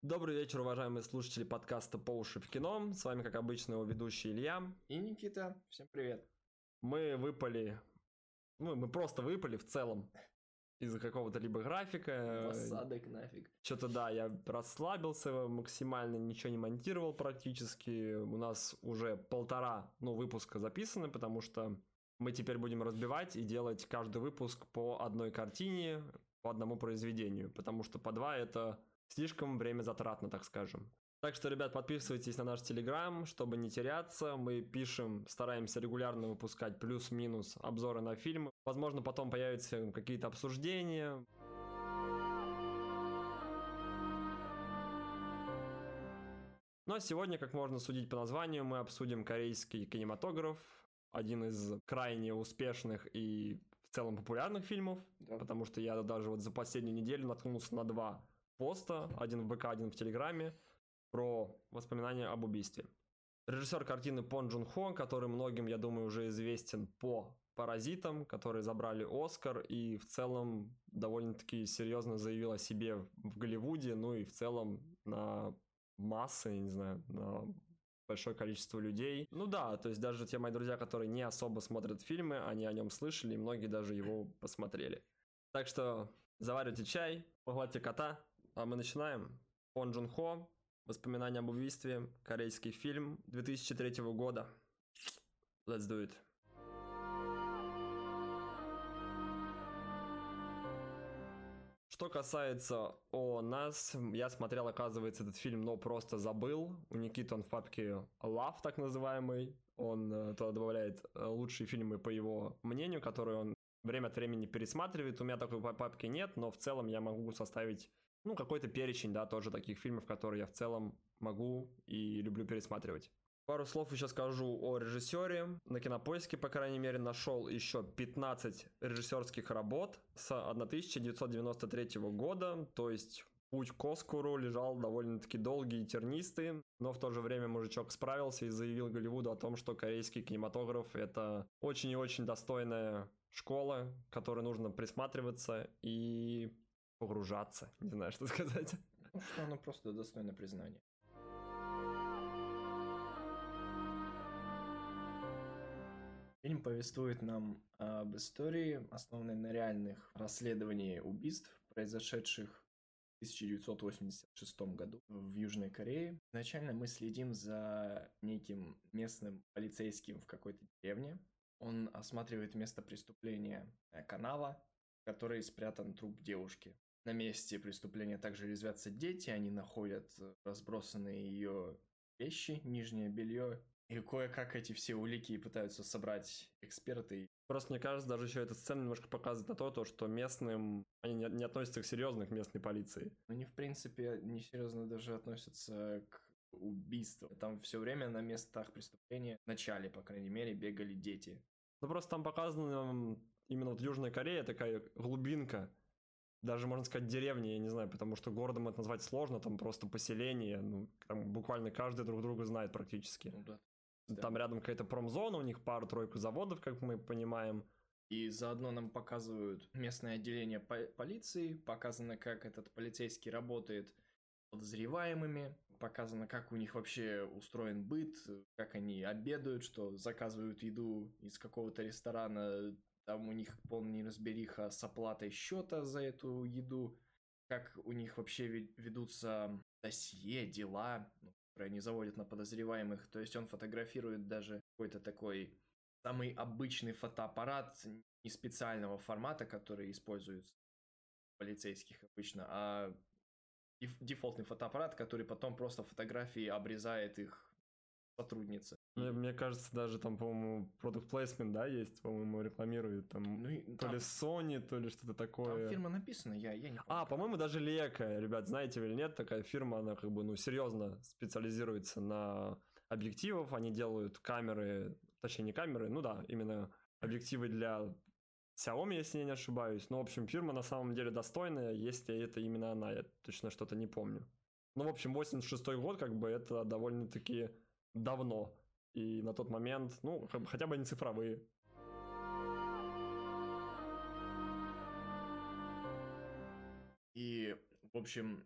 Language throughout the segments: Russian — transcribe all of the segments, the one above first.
Добрый вечер, уважаемые слушатели подкаста «По уши в кино». С вами, как обычно, его ведущий Илья. И Никита. Всем привет. Мы просто выпали в целом из-за какого-то либо графика. В осадок нафиг. Что-то да, я расслабился максимально, ничего не монтировал практически. У нас уже полтора выпуска записаны, потому что мы теперь будем разбивать и делать каждый выпуск по одной картине, по одному произведению, потому что по два это слишком время затратно, так скажем. Так что, ребят, подписывайтесь на наш Телеграм, чтобы не теряться. Мы пишем, стараемся регулярно выпускать плюс-минус обзоры на фильмы. Возможно, потом появятся какие-то обсуждения. Но сегодня, как можно судить по названию, мы обсудим корейский кинематограф. Один из крайне успешных и в целом популярных фильмов. Да. Потому что я даже вот за последнюю неделю наткнулся на два поста. Один в ВК, один в Телеграме. Про воспоминания об убийстве. Режиссер картины Пон Джун Хо, который многим, я думаю, уже известен по «Паразитам», которые забрали Оскар и в целом довольно-таки серьезно заявил о себе в Голливуде, ну и в целом на массы, не знаю, на большое количество людей. Ну да, то есть даже те мои друзья, которые не особо смотрят фильмы, они о нем слышали, и многие даже его посмотрели. Так что заваривайте чай, погладьте кота, а мы начинаем. Пон Джун Хо, «Воспоминания об убийстве», корейский фильм 2003 года. Let's do it. Что касается о нас, я смотрел, оказывается, этот фильм, но просто забыл. У Никиты он в папке Love, так называемый. Он туда добавляет лучшие фильмы, по его мнению, которые он время от времени пересматривает. У меня такой папки нет, но в целом я могу составить какой-то перечень, да, тоже таких фильмов, которые я в целом могу и люблю пересматривать. Пару слов еще скажу о режиссере. На Кинопоиске, по крайней мере, нашел еще 15 режиссерских работ с 1993 года, то есть путь к Оскару лежал довольно-таки долгий и тернистый, но в то же время мужичок справился и заявил Голливуду о том, что корейский кинематограф — это очень и очень достойная школа, к которой нужно присматриваться и погружаться, не знаю, что сказать. Что оно просто достойно признания. Фильм повествует нам об истории, основанной на реальных расследованиях убийств, произошедших в 1986 году в Южной Корее. Изначально мы следим за неким местным полицейским в какой-то деревне. Он осматривает место преступления канава, в которой спрятан труп девушки. На месте преступления также резвятся дети, они находят разбросанные ее вещи, нижнее белье. И кое-как эти все улики пытаются собрать эксперты. Просто мне кажется, даже еще эта сцена немножко показывает на то, что местным они не относятся серьезно к местной полиции. Они, в принципе, несерьезно даже относятся к убийству. Там все время на местах преступления, в начале, по крайней мере, бегали дети. Ну просто там показано именно вот Южная Корея, такая глубинка. Даже, можно сказать, деревня, я не знаю, потому что городом это назвать сложно, там просто поселение, там буквально каждый друг друга знает практически. Ну да. Там рядом какая-то промзона, у них пару-тройку заводов, как мы понимаем. И заодно нам показывают местное отделение полиции, показано, как этот полицейский работает с подозреваемыми, показано, как у них вообще устроен быт, как они обедают, что заказывают еду из какого-то ресторана, там у них полная неразбериха с оплатой счета за эту еду, как у них вообще ведутся досье, дела, которые они заводят на подозреваемых. То есть он фотографирует даже какой-то такой самый обычный фотоаппарат, не специального формата, который используется в полицейских обычно, а дефолтный фотоаппарат, который потом просто фотографии обрезает их сотрудница. Мне кажется, даже там, по-моему, product placement, да, есть, по-моему, рекламирует там, то ли Sony, то ли что-то такое. Там фирма написана, я не помню. По-моему, даже Leica, ребят, знаете вы или нет, такая фирма, она как бы, серьезно специализируется на объективов, они делают камеры, точнее не камеры, именно объективы для Xiaomi, если я не ошибаюсь. Ну, в общем, фирма на самом деле достойная, если это именно она, я точно что-то не помню. Ну, в общем, 86-й год, как бы, это довольно-таки давно. И на тот момент, хотя бы не цифровые. И, в общем,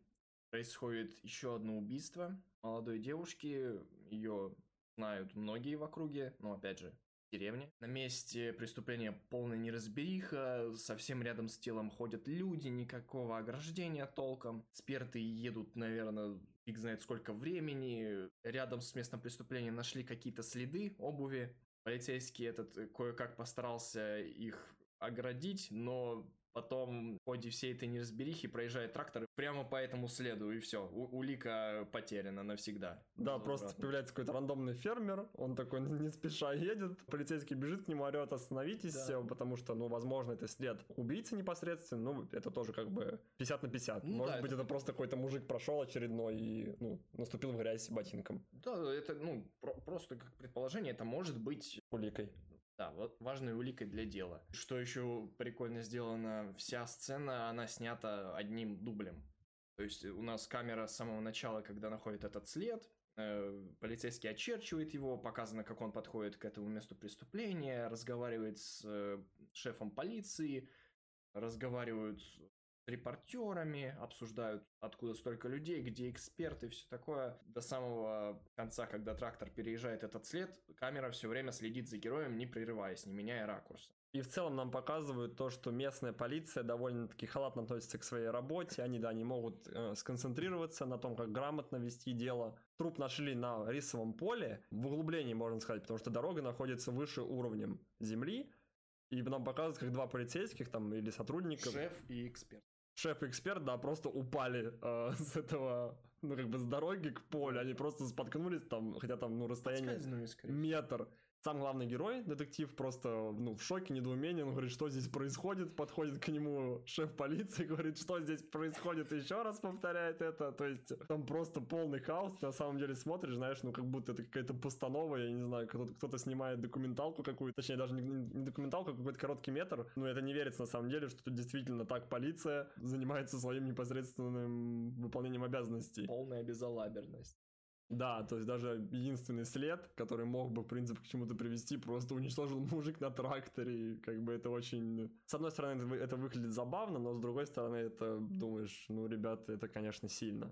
происходит еще одно убийство молодой девушки. Ее знают многие в округе, но опять же, в деревне. На месте преступления полная неразбериха, совсем рядом с телом ходят люди, никакого ограждения толком. Эксперты едут, наверное, фиг знает сколько времени. Рядом с местом преступления нашли какие-то следы обуви. Полицейский этот кое-как постарался их оградить, но потом в ходе всей этой неразберихи проезжает трактор прямо по этому следу, и все, улика потеряна навсегда. Да, просто появляется какой-то рандомный фермер, он такой не спеша едет, полицейский бежит к нему, орет: остановитесь, да. Потому что, возможно, это след убийцы непосредственно, это тоже как бы 50 на 50. Может быть, это просто какой-то мужик прошел очередной и, наступил в грязь ботинком. Да, это, просто как предположение, это может быть уликой. Да, вот важной уликой для дела. Что еще прикольно сделано, вся сцена, она снята одним дублем. То есть у нас камера с самого начала, когда находит этот след, полицейский очерчивает его, показано, как он подходит к этому месту преступления, разговаривает с шефом полиции, разговаривают с репортерами, обсуждают, откуда столько людей, где эксперты, все такое. До самого конца, когда трактор переезжает этот след, камера все время следит за героем, не прерываясь, не меняя ракурса. И в целом нам показывают то, что местная полиция довольно-таки халатно относится к своей работе. Они не могут сконцентрироваться на том, как грамотно вести дело. Труп нашли на рисовом поле, в углублении, можно сказать, потому что дорога находится выше уровнем земли. И нам показывают, как два полицейских там или сотрудника. Шеф и эксперт. Шеф и эксперт, да, просто упали с этого, с дороги к полю. Они просто споткнулись там, хотя там, расстояние метр. Сам главный герой, детектив, просто, в шоке, недоумении. Он говорит, что здесь происходит. Подходит к нему шеф полиции, говорит, что здесь происходит. Еще раз повторяет это. То есть там просто полный хаос. На самом деле смотришь, знаешь, как будто это какая-то постанова. Я не знаю, кто-то снимает документалку какую-то. Точнее, даже не документалку, а какой-то короткий метр. Но это не верится на самом деле, что тут действительно так полиция занимается своим непосредственным выполнением обязанностей. Полная безалаберность. Да, то есть даже единственный след, который мог бы, в принципе, к чему-то привести, просто уничтожил мужик на тракторе, и как бы это очень... С одной стороны, это выглядит забавно, но с другой стороны, это, думаешь, ребята, это, конечно, сильно.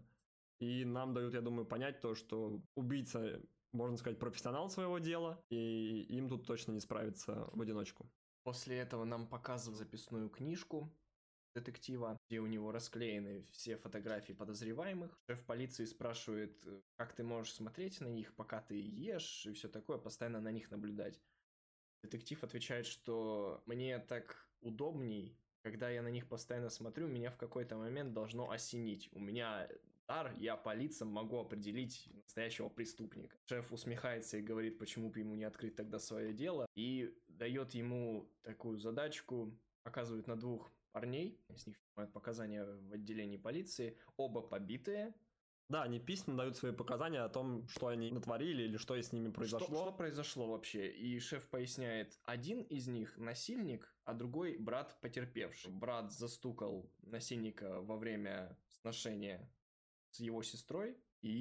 И нам дают, я думаю, понять то, что убийца, можно сказать, профессионал своего дела, и им тут точно не справиться в одиночку. После этого нам показывают записную книжку детектива, где у него расклеены все фотографии подозреваемых. Шеф полиции спрашивает, как ты можешь смотреть на них, пока ты ешь, и все такое, постоянно на них наблюдать. Детектив отвечает, что мне так удобней, когда я на них постоянно смотрю, меня в какой-то момент должно осенить. У меня дар, я по лицам могу определить настоящего преступника. Шеф усмехается и говорит, почему бы ему не открыть тогда свое дело, и дает ему такую задачку, показывает на двух парней, с них снимают показания в отделении полиции, оба побитые. Да, они письменно дают свои показания о том, что они натворили или что с ними произошло. Что произошло вообще? И шеф поясняет, один из них насильник, а другой брат потерпевший. Брат застукал насильника во время сношения с его сестрой,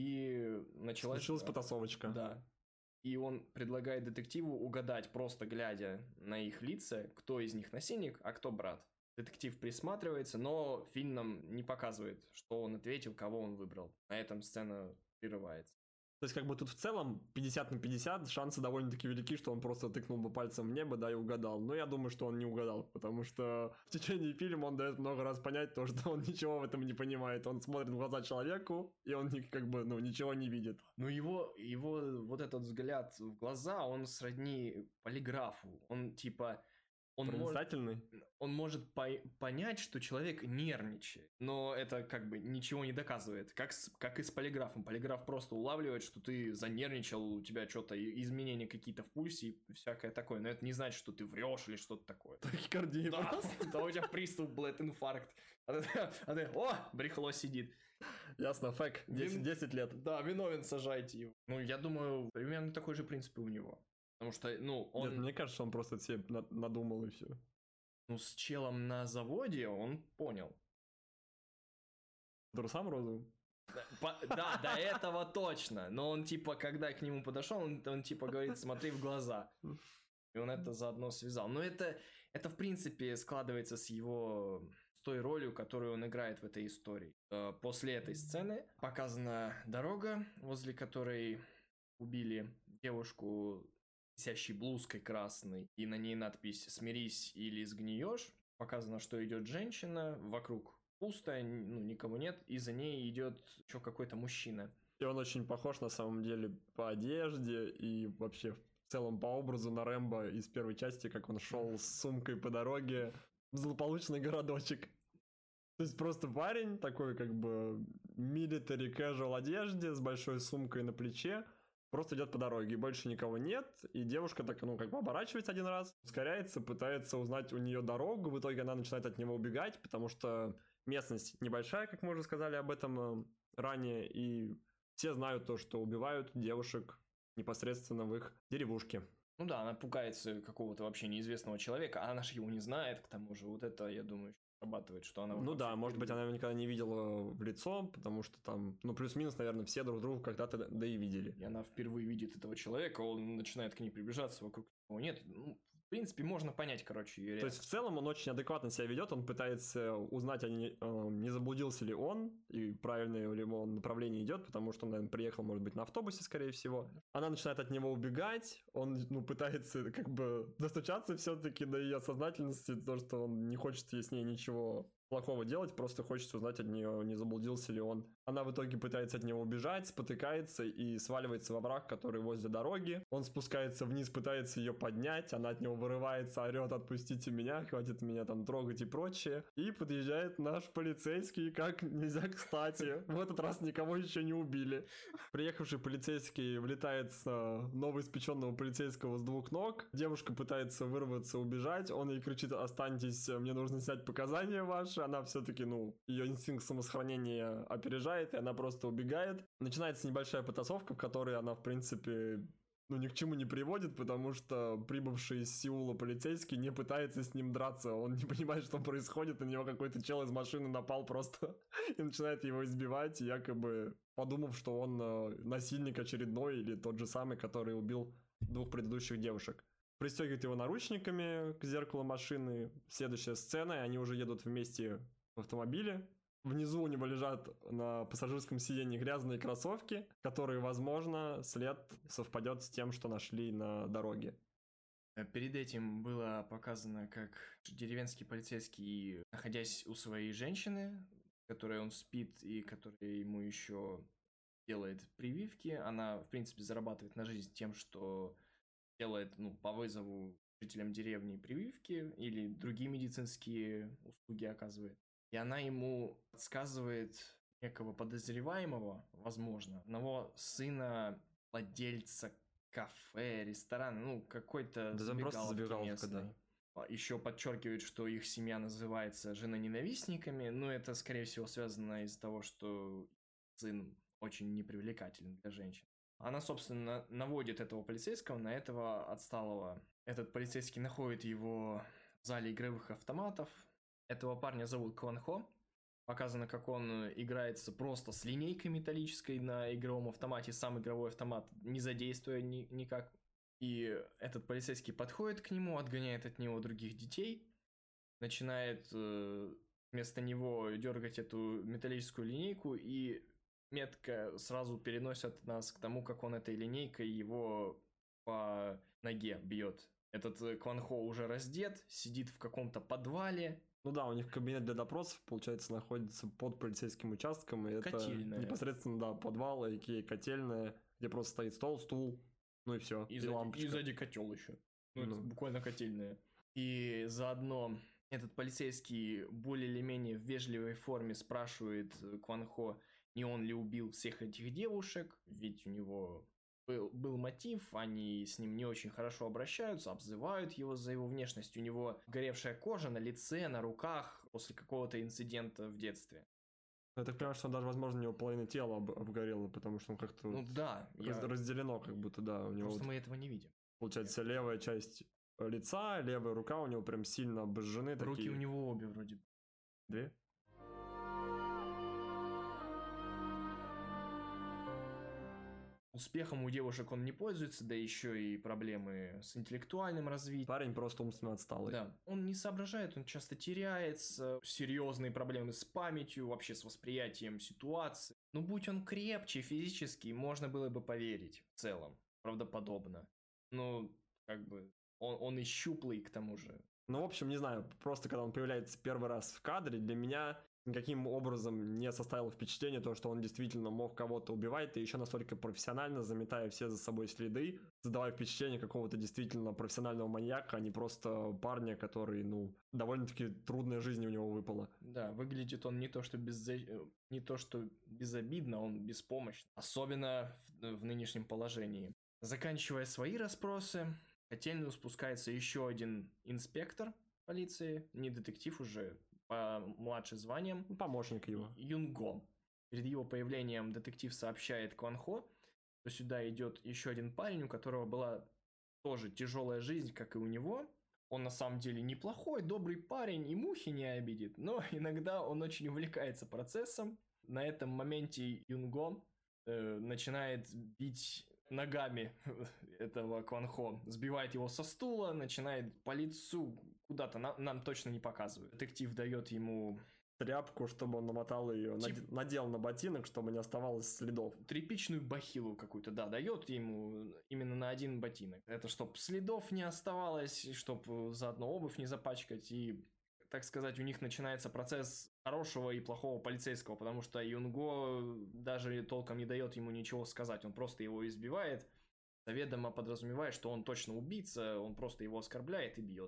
и случилась потасовочка. Да. И он предлагает детективу угадать, просто глядя на их лица, кто из них насильник, а кто брат. Детектив присматривается, но фильм нам не показывает, что он ответил, кого он выбрал. На этом сцена прерывается. То есть, как бы тут в целом 50 на 50, шансы довольно-таки велики, что он просто тыкнул бы пальцем в небо, да, и угадал. Но я думаю, что он не угадал, потому что в течение фильма он дает много раз понять то, что он ничего в этом не понимает. Он смотрит в глаза человеку, и он как бы, ничего не видит. Ну, его вот этот взгляд в глаза, он сродни полиграфу. Он типа... Он может понять, что человек нервничает, но это как бы ничего не доказывает, как и с полиграфом. Полиграф просто улавливает, что ты занервничал, у тебя что-то изменения какие-то в пульсе и всякое такое, но это не значит, что ты врешь или что-то такое. Тахикардия. Да, у тебя приступ, блядь, инфаркт. А ты, брехло сидит. Ясно, фэк, 10 лет. Да, виновен, сажайте его. Ну, я думаю, примерно такой же принцип и у него. Потому что, он... Нет, мне кажется, он просто себе надумал и все. С челом на заводе он понял. Трусам розовым? Да, до этого точно. Но он, когда к нему подошел, он говорит, смотри в глаза. И он это заодно связал. Но это в принципе, складывается с его той ролью, которую он играет в этой истории. После этой сцены показана дорога, возле которой убили девушку с висящей блузкой красной, и на ней надпись «Смирись или сгниешь». Показано, что идет женщина, вокруг пусто, никого нет, и за ней идет еще какой-то мужчина. И он очень похож на самом деле по одежде и вообще в целом по образу на Рэмбо из первой части, как он шел с сумкой по дороге в злополучный городочек. То есть просто парень такой как бы military casual одежде с большой сумкой на плече, просто идет по дороге, и больше никого нет, и девушка так, как бы оборачивается один раз, ускоряется, пытается узнать у нее дорогу, в итоге она начинает от него убегать, потому что местность небольшая, как мы уже сказали об этом ранее, и все знают то, что убивают девушек непосредственно в их деревушке. Ну да, она пугается какого-то вообще неизвестного человека, а она же его не знает, к тому же, вот это, я думаю, срабатывает, что она... Ну да, может быть, она его никогда не видела в лицо, потому что там, плюс-минус, наверное, все друг друга когда-то да и видели. И она впервые видит этого человека, он начинает к ней приближаться, вокруг него нет. В принципе, можно понять, короче, ее реакцию. То есть, в целом, он очень адекватно себя ведет, он пытается узнать, не заблудился ли он, и правильное ли он направление идет, потому что он, наверное, приехал, может быть, на автобусе, скорее всего. Она начинает от него убегать, он, пытается, как бы, достучаться все-таки до ее сознательности, то, что он не хочет с ней ничего плохого делать, просто хочется узнать от нее, не заблудился ли он. Она в итоге пытается от него убежать, спотыкается и сваливается во враг, который возле дороги. Он спускается вниз, пытается ее поднять, она от него вырывается, орет: «Отпустите меня, хватит меня там трогать» и прочее. И подъезжает наш полицейский, как нельзя кстати. В этот раз никого еще не убили. Приехавший полицейский влетает с новоиспеченного полицейского с двух ног. Девушка пытается вырваться, убежать. Он ей кричит: «Останьтесь, мне нужно снять показания ваши». Она все-таки, ее инстинкт самосохранения опережает, и она просто убегает. Начинается небольшая потасовка, в которой она, в принципе, ни к чему не приводит, потому что прибывший из Сеула полицейский не пытается с ним драться. Он не понимает, что происходит, на него какой-то чел из машины напал просто и начинает его избивать, якобы подумав, что он насильник очередной или тот же самый, который убил двух предыдущих девушек. Пристегивает его наручниками к зеркалу машины. Следующая сцена, и они уже едут вместе в автомобиле. Внизу у него лежат на пассажирском сиденье грязные кроссовки, которые, возможно, след совпадет с тем, что нашли на дороге. Перед этим было показано, как деревенский полицейский, находясь у своей женщины, которой он спит и которая ему еще делает прививки, она, в принципе, зарабатывает на жизнь тем, что делает, по вызову жителям деревни прививки или другие медицинские услуги оказывает. И она ему подсказывает некого подозреваемого, возможно, одного сына владельца кафе, ресторана, какой-то забегаловка, да. Еще подчеркивает, что их семья называется женоненавистниками, но это, скорее всего, связано из-за того, что сын очень непривлекателен для женщин. Она, собственно, наводит этого полицейского на этого отсталого. Этот полицейский находит его в зале игровых автоматов. Этого парня зовут Кван Хо. Показано, как он играется просто с линейкой металлической на игровом автомате, сам игровой автомат, не задействуя никак. И этот полицейский подходит к нему, отгоняет от него других детей, начинает вместо него дергать эту металлическую линейку и метко сразу переносят нас к тому, как он этой линейкой его по ноге бьет. Этот Кван Хо уже раздет, сидит в каком-то подвале. Ну да, у них кабинет для допросов, получается, находится под полицейским участком. И котельная. Это непосредственно, да, подвал, и котельная, где просто стоит стол, стул, и все. И лампочка. И сзади котел еще. Это буквально котельная. И заодно этот полицейский более или менее в вежливой форме спрашивает Кван Хо, не он ли убил всех этих девушек, ведь у него был мотив, они с ним не очень хорошо обращаются, обзывают его за его внешность, у него горевшая кожа на лице, на руках после какого-то инцидента в детстве. Я так понимаю, что даже, возможно, у него половина тела обгорела, потому что он как-то разделено, как будто, да. У него просто мы этого не видим. Получается, левая часть лица, левая рука у него прям сильно обожжены. Руки такие. У него обе вроде. Две? Успехом у девушек он не пользуется, да еще и проблемы с интеллектуальным развитием. Парень просто умственно отсталый. Да, он не соображает, он часто теряется, серьезные проблемы с памятью, вообще с восприятием ситуации. Ну, будь он крепче физически, можно было бы поверить в целом, правдоподобно. Но, как бы, он и щуплый к тому же. Ну, в общем, не знаю, просто когда он появляется первый раз в кадре, для меня никаким образом не составило впечатление то, что он действительно мог кого-то убивать, и еще настолько профессионально, заметая все за собой следы, создавая впечатление какого-то действительно профессионального маньяка, а не просто парня, который, ну, довольно-таки трудная жизнь у него выпала. Да, выглядит он не то что безобидно, он беспомощен. Особенно в нынешнем положении. Заканчивая свои расспросы, в котельную спускается еще один инспектор полиции, не детектив уже, младше званием. Помощник его. Юнго. Перед его появлением детектив сообщает Кван Хо, что сюда идет еще один парень, у которого была тоже тяжелая жизнь, как и у него. Он на самом деле неплохой, добрый парень и мухи не обидит, но иногда он очень увлекается процессом. На этом моменте Юнго начинает бить ногами этого Кван Хо, сбивает его со стула, начинает по лицу куда-то, нам точно не показывают. Детектив дает ему тряпку, чтобы он намотал ее, надел на ботинок, чтобы не оставалось следов. Тряпичную бахилу какую-то, да, дает ему именно на один ботинок. Это чтобы следов не оставалось, чтобы заодно обувь не запачкать. И, так сказать, у них начинается процесс хорошего и плохого полицейского, потому что Юнго даже толком не дает ему ничего сказать. Он просто его избивает, заведомо подразумевая, что он точно убийца, он просто его оскорбляет и бьет.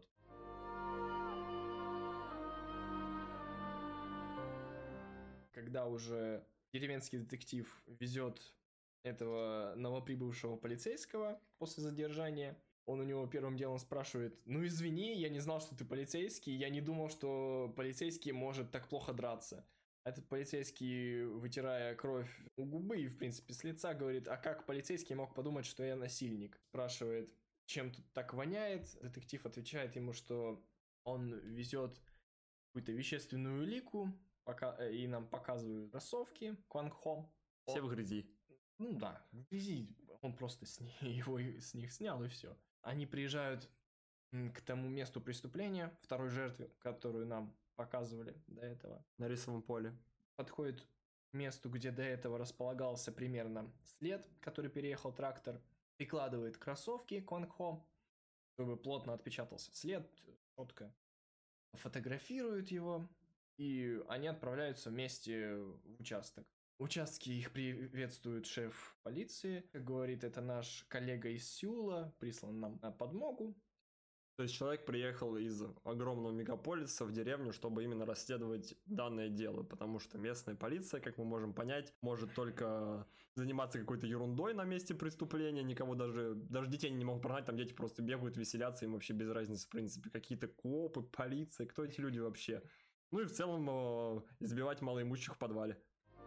Когда уже деревенский детектив везет этого новоприбывшего полицейского после задержания, он у него первым делом спрашивает: ну извини, я не знал, что ты полицейский, я не думал, что полицейский может так плохо драться. Этот полицейский, вытирая кровь у губы и, в принципе, с лица, говорит: а как полицейский мог подумать, что я насильник? Спрашивает, чем тут так воняет. Детектив отвечает ему, что он везет какую-то вещественную улику, и нам показывают кроссовки Кван Хо. Все в грязи. Ну да, в грязи. Он просто его с них снял, и все. Они приезжают к тому месту преступления, второй жертве, которую нам показывали до этого. На рисовом поле. Подходит к месту, где до этого располагался примерно след, который переехал трактор. Прикладывает кроссовки Кван Хо, чтобы плотно отпечатался след, четко. Фотографирует его. И они отправляются вместе в участок. В участке их приветствует шеф полиции. Как говорит, это наш коллега из Сеула, прислан нам на подмогу. То есть человек приехал из огромного мегаполиса в деревню, чтобы именно расследовать данное дело, потому что местная полиция, как мы можем понять, может только заниматься какой-то ерундой на месте преступления, никого даже детей не могут прогнать, там дети просто бегают, веселятся, им вообще без разницы, в принципе, какие-то копы, полиция, кто эти люди вообще? Ну и в целом избивать малоимущих в подвале.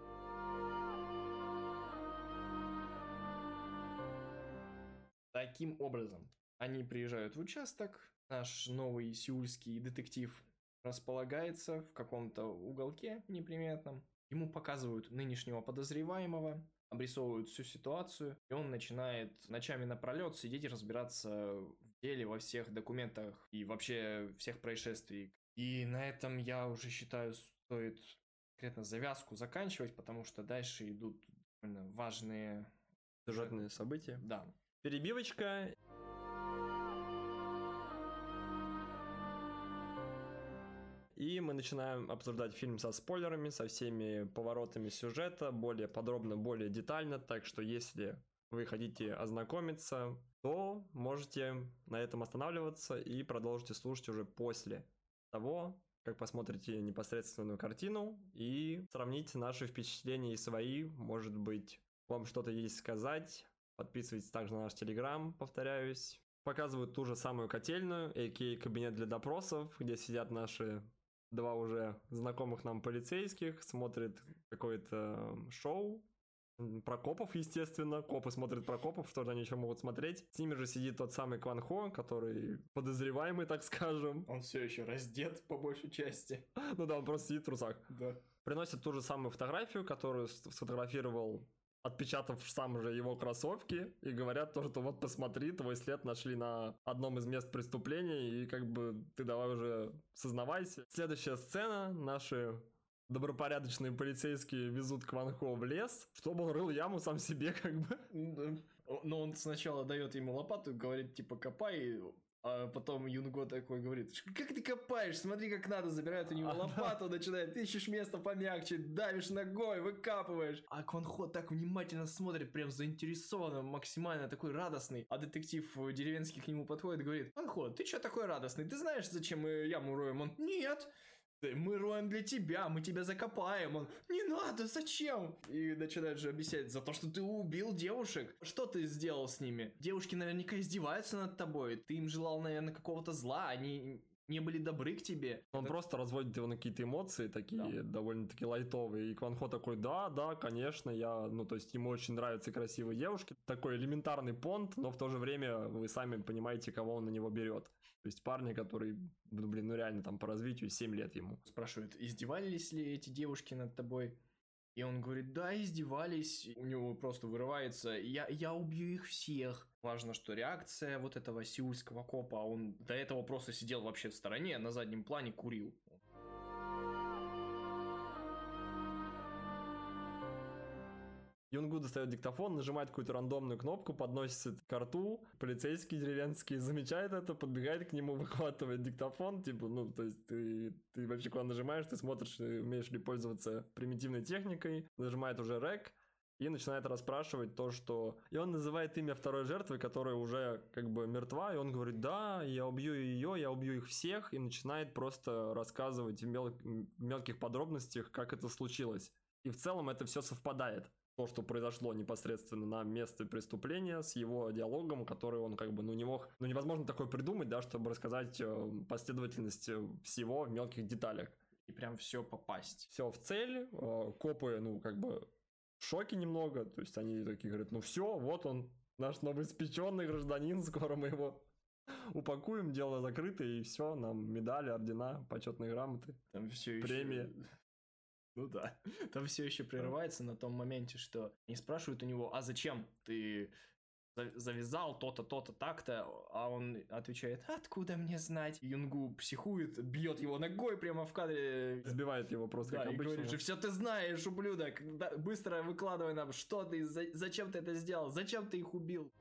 Таким образом, они приезжают в участок, наш новый сеульский детектив располагается в каком-то уголке неприметном, ему показывают нынешнего подозреваемого, обрисовывают всю ситуацию, и он начинает ночами напролет сидеть и разбираться в деле, во всех документах и вообще всех происшествий. И на этом, я уже считаю, стоит конкретно завязку заканчивать, потому что дальше идут довольно важные сюжетные события. Да. Перебивочка. И мы начинаем обсуждать фильм со спойлерами, со всеми поворотами сюжета, более подробно, более детально. Так что если вы хотите ознакомиться, то можете на этом останавливаться и продолжите слушать уже после того, как посмотрите непосредственную картину и сравните наши впечатления и свои. Может быть, вам что-то есть сказать. Подписывайтесь также на наш Телеграм, повторяюсь. Показывают ту же самую котельную, а.к.а. кабинет для допросов, где сидят наши два уже знакомых нам полицейских, смотрят какое-то шоу. Про копов, естественно. Копы смотрят про копов, что же они еще могут смотреть. С ними же сидит тот самый Кван Хо, который подозреваемый, так скажем. Он все еще раздет по большей части. Ну да, он просто сидит в трусах. Да. Приносит ту же самую фотографию, которую сфотографировал отпечатав сам же его кроссовки, и говорят то, что вот посмотри, твой след нашли на одном из мест преступления, и как бы ты давай уже сознавайся. Следующая сцена, наши добропорядочные полицейские везут Кван Хо в лес, чтобы он рыл яму сам себе, как бы. Но он сначала дает ему лопату, говорит, типа, копай, а потом Юнго такой говорит, как ты копаешь, смотри, как надо, забирает у него лопату, начинает, ты ищешь место помягче, давишь ногой, выкапываешь. А Кван Хо так внимательно смотрит, прям заинтересованно, максимально такой радостный. А детектив деревенский к нему подходит и говорит, Кван Хо, ты чё такой радостный, ты знаешь, зачем мы яму роем? Он, нет. Мы роем для тебя, мы тебя закопаем. Он, не надо, зачем? И начинает же объяснять, за то, что ты убил девушек. Что ты сделал с ними? Девушки наверняка издеваются над тобой. Ты им желал, наверное, какого-то зла. Они не были добры к тебе. Он просто разводит его на какие-то эмоции, такие довольно-таки лайтовые. И Кван Хо такой, да, конечно, то есть ему очень нравятся красивые девушки. Такой элементарный понт, но в то же время вы сами понимаете, кого он на него берет. То есть парни, который, реально там по развитию 7 лет ему. Спрашивают, издевались ли эти девушки над тобой? И он говорит, да, издевались. У него просто вырывается, я убью их всех. Важно, что реакция вот этого сеульского копа, он до этого просто сидел вообще в стороне, на заднем плане курил. Юнгу достает диктофон, нажимает какую-то рандомную кнопку, подносит к рту. Полицейский деревенский замечает это, подбегает к нему, выхватывает диктофон. Типа, то есть ты вообще куда нажимаешь, ты смотришь, умеешь ли пользоваться примитивной техникой. Нажимает уже рек и начинает расспрашивать то, что... И он называет имя второй жертвы, которая уже как бы мертва. И он говорит, да, я убью ее, я убью их всех. И начинает просто рассказывать в мелких подробностях, как это случилось. И в целом это все совпадает. То, что произошло непосредственно на месте преступления с его диалогом, который он как бы, не мог... невозможно такое придумать, да, чтобы рассказать последовательность всего в мелких деталях. И прям все попасть. Все в цель. Копы, в шоке немного. То есть они такие говорят, все, вот он, наш новоиспеченный гражданин, скоро мы его упакуем, дело закрыто, и все, нам медали, ордена, почетные грамоты, там все премии. Еще... Ну да, там все еще прерывается на том моменте, что они спрашивают у него, а зачем ты завязал то-то, то-то, так-то, а он отвечает, откуда мне знать? Юнгу психует, бьет его ногой прямо в кадре. Сбивает его просто, да, как обычно. И говорит же, все ты знаешь, ублюдок, быстро выкладывай нам, что ты, зачем ты это сделал, зачем ты их убил?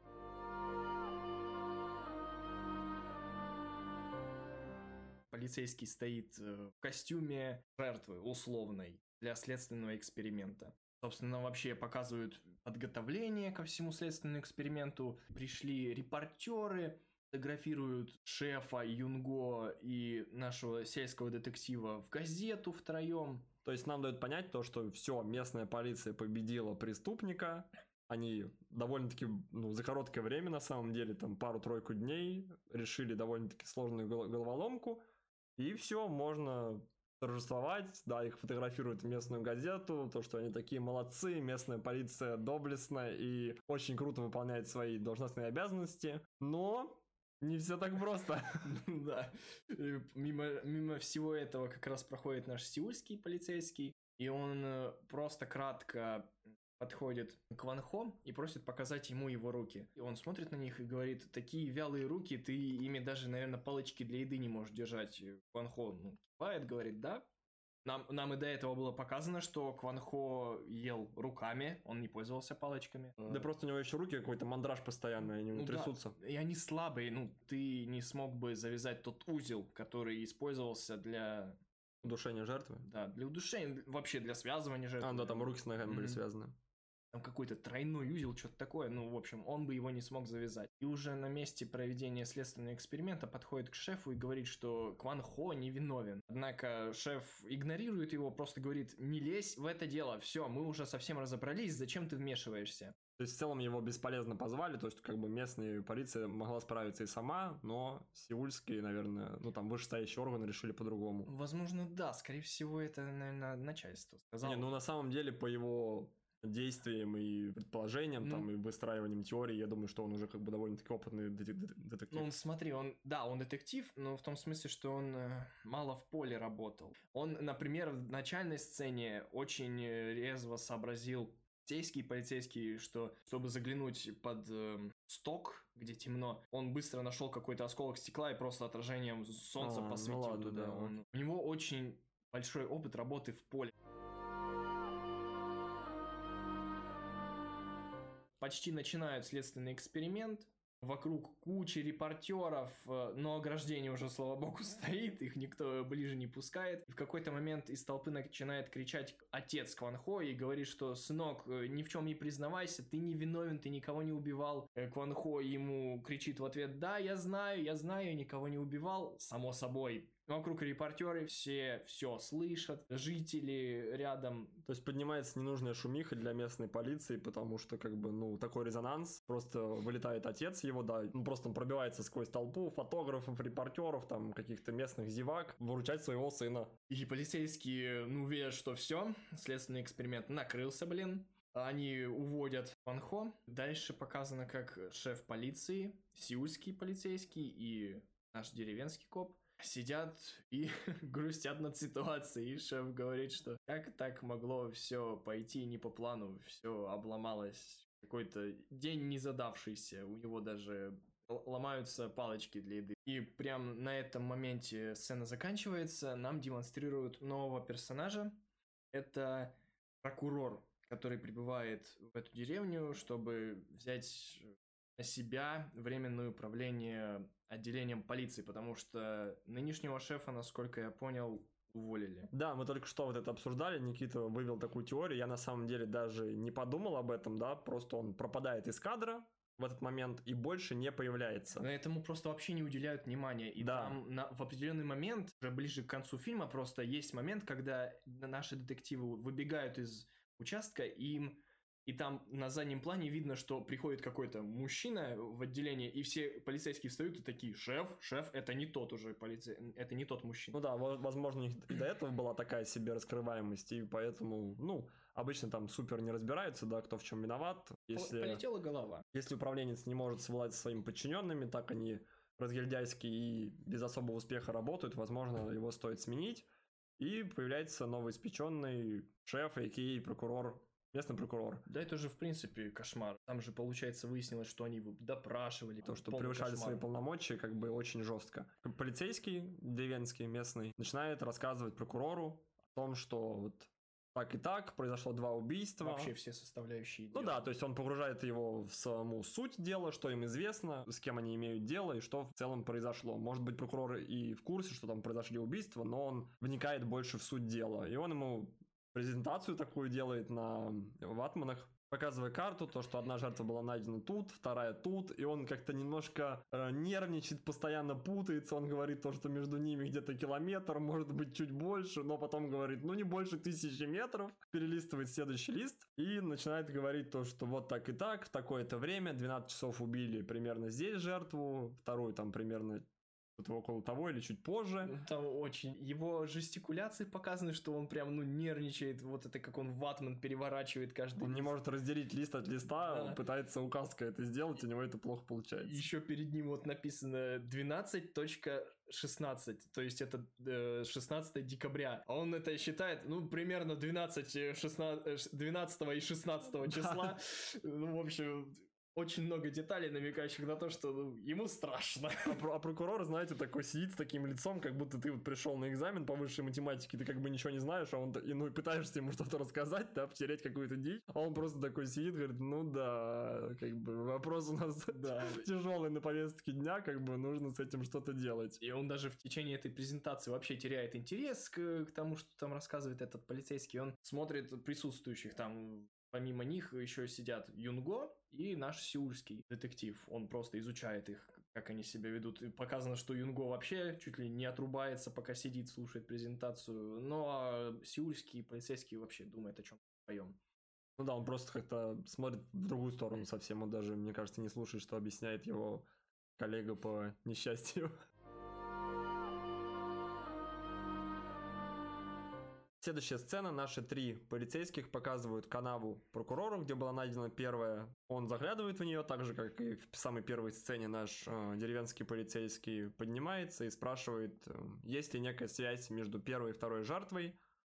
Полицейский стоит в костюме жертвы условной для следственного эксперимента. Собственно, вообще показывают подготовление ко всему следственному эксперименту. Пришли репортеры, фотографируют шефа Юнго и нашего сельского детектива в газету втроем. То есть нам дают понять то, что все, местная полиция победила преступника. Они довольно-таки, за короткое время, на самом деле, там пару-тройку дней решили довольно-таки сложную головоломку. И все, можно торжествовать, да, их фотографируют в местную газету, то, что они такие молодцы, местная полиция доблестная и очень круто выполняет свои должностные обязанности, но не все так просто. Да, мимо всего этого как раз проходит наш сеульский полицейский, и он просто кратко подходит к Кван Хо и просит показать ему его руки. И он смотрит на них и говорит, такие вялые руки, ты ими даже, наверное, палочки для еды не можешь держать. Кван Хо кивает, говорит, да. Нам и до этого было показано, что Кван Хо ел руками, он не пользовался палочками. Да просто у него еще руки какой-то мандраж постоянно, они трясутся. Да, и они слабые, ты не смог бы завязать тот узел, который использовался для... Удушения жертвы? Да, для удушения, вообще для связывания жертвы. Да, там руки с ногами были связаны. Там какой-то тройной узел, что-то такое. В общем, он бы его не смог завязать. И уже на месте проведения следственного эксперимента подходит к шефу и говорит, что Кван Хо невиновен. Однако шеф игнорирует его, просто говорит, не лезь в это дело, все, мы уже совсем разобрались, зачем ты вмешиваешься? То есть в целом его бесполезно позвали, то есть как бы местная полиция могла справиться и сама, но сеульские, наверное, там вышестоящие органы решили по-другому. Возможно, да, скорее всего, это, наверное, начальство сказало. На самом деле по его действиям и предположениям, там, и выстраиванием теории, я думаю, что он уже как бы довольно-таки опытный детектив. Смотри, он детектив, но в том смысле, что он мало в поле работал. Он, например, в начальной сцене очень резво сообразил полицейский, что чтобы заглянуть под сток, где темно, он быстро нашел какой-то осколок стекла и просто отражением солнца посветил ладно, туда. да. У него очень большой опыт работы в поле. Почти начинают следственный эксперимент. Вокруг кучи репортеров, но ограждение уже, слава богу, стоит, их никто ближе не пускает. И в какой-то момент из толпы начинает кричать отец Кван Хо и говорит, что «Сынок, ни в чем не признавайся, ты не виновен, ты никого не убивал». Кван Хо ему кричит в ответ «Да, я знаю, я никого не убивал, само собой». Вокруг репортеры все слышат, жители рядом. То есть поднимается ненужная шумиха для местной полиции, потому что, как бы, ну, такой резонанс. Просто вылетает отец его, да, ну, просто он пробивается сквозь толпу фотографов, репортеров, там, каких-то местных зевак, выручать своего сына. И полицейские, ну, видят, что все, следственный эксперимент накрылся, блин. Они уводят Кван Хо. Дальше показано, как шеф полиции, сеульский полицейский и наш деревенский коп сидят и грустят над ситуацией. И шеф говорит, что как так могло все пойти не по плану, все обломалось. Какой-то день не задавшийся, у него даже ломаются палочки для еды. И прям на этом моменте сцена заканчивается, нам демонстрируют нового персонажа. Это прокурор, который прибывает в эту деревню, чтобы взять на себя временное управление отделением полиции, потому что нынешнего шефа, насколько я понял, уволили. Да, мы только что вот это обсуждали, Никита вывел такую теорию, я на самом деле даже не подумал об этом, да, просто он пропадает из кадра в этот момент и больше не появляется. Но этому просто вообще не уделяют внимания, и да. там в определенный момент, уже ближе к концу фильма, просто есть момент, когда наши детективы выбегают из участка, и там на заднем плане видно, что приходит какой-то мужчина в отделение, и все полицейские встают и такие: шеф, это не тот уже это не тот мужчина. Ну да, возможно, у них и до этого была такая себе раскрываемость, и поэтому, ну, обычно там супер не разбираются, да, кто в чем виноват. Если, полетела голова. Если управленец не может совладать со своими подчиненными, так они разгильдяйски и без особого успеха работают, возможно, его стоит сменить, и появляется новоиспеченный шеф, а.к.а. прокурор. Местный прокурор. Да, это же, в принципе, кошмар. Там же, получается, выяснилось, что они его допрашивали. То, что превышали свои полномочия, как бы очень жестко. Полицейский, деревенский, местный, начинает рассказывать прокурору о том, что вот так и так, произошло 2 убийства. Вообще все составляющие дела. Ну да, то есть он погружает его в саму суть дела, что им известно, с кем они имеют дело и что в целом произошло. Может быть, прокурор и в курсе, что там произошли убийства, но он вникает больше в суть дела. И он ему презентацию такую делает на ватманах, показывая карту, то, что одна жертва была найдена тут, вторая тут, и он как-то немножко нервничает, постоянно путается, он говорит то, что между ними где-то километр, может быть чуть больше, но потом говорит, ну не больше 1000 метров, перелистывает следующий лист и начинает говорить то, что вот так и так, в такое-то время, 12 часов убили примерно здесь жертву, вторую там примерно около того или чуть позже. Там очень... Его жестикуляции показаны, что он прям, ну, нервничает. Вот это как он ватман переворачивает каждый Он лист. не может разделить лист от листа, Да. Он пытается указкой это сделать, у него это плохо получается. Еще перед ним вот написано 12.16, то есть это 16 декабря. А он это считает, ну, примерно 12 и 16 числа. Ну, в общем... Очень много деталей, намекающих на то, что ему страшно. А прокурор, знаете, такой сидит с таким лицом, как будто ты вот пришел на экзамен по высшей математике, ты как бы ничего не знаешь, а он и пытаешься ему что-то рассказать, да, втереть какую-то дичь, а он просто такой сидит, говорит, ну да, как бы вопрос у нас тяжелый на повестке дня, как бы нужно с этим что-то делать. И он даже в течение этой презентации вообще теряет интерес к тому, что там рассказывает этот полицейский. Он смотрит присутствующих там. Помимо них еще сидят Юнго и наш сеульский детектив. Он просто изучает их, как они себя ведут. И показано, что Юнго вообще чуть ли не отрубается, пока сидит, слушает презентацию. Но сеульский полицейский вообще думает о чем-то своем. Ну да, он просто как-то смотрит в другую сторону совсем. Он даже, мне кажется, не слушает, что объясняет его коллега по несчастью. Следующая сцена. Наши 3 полицейских показывают канаву прокурору, где была найдена первая. Он заглядывает в нее, так же, как и в самой первой сцене наш деревенский полицейский поднимается и спрашивает, есть ли некая связь между первой и второй жертвой.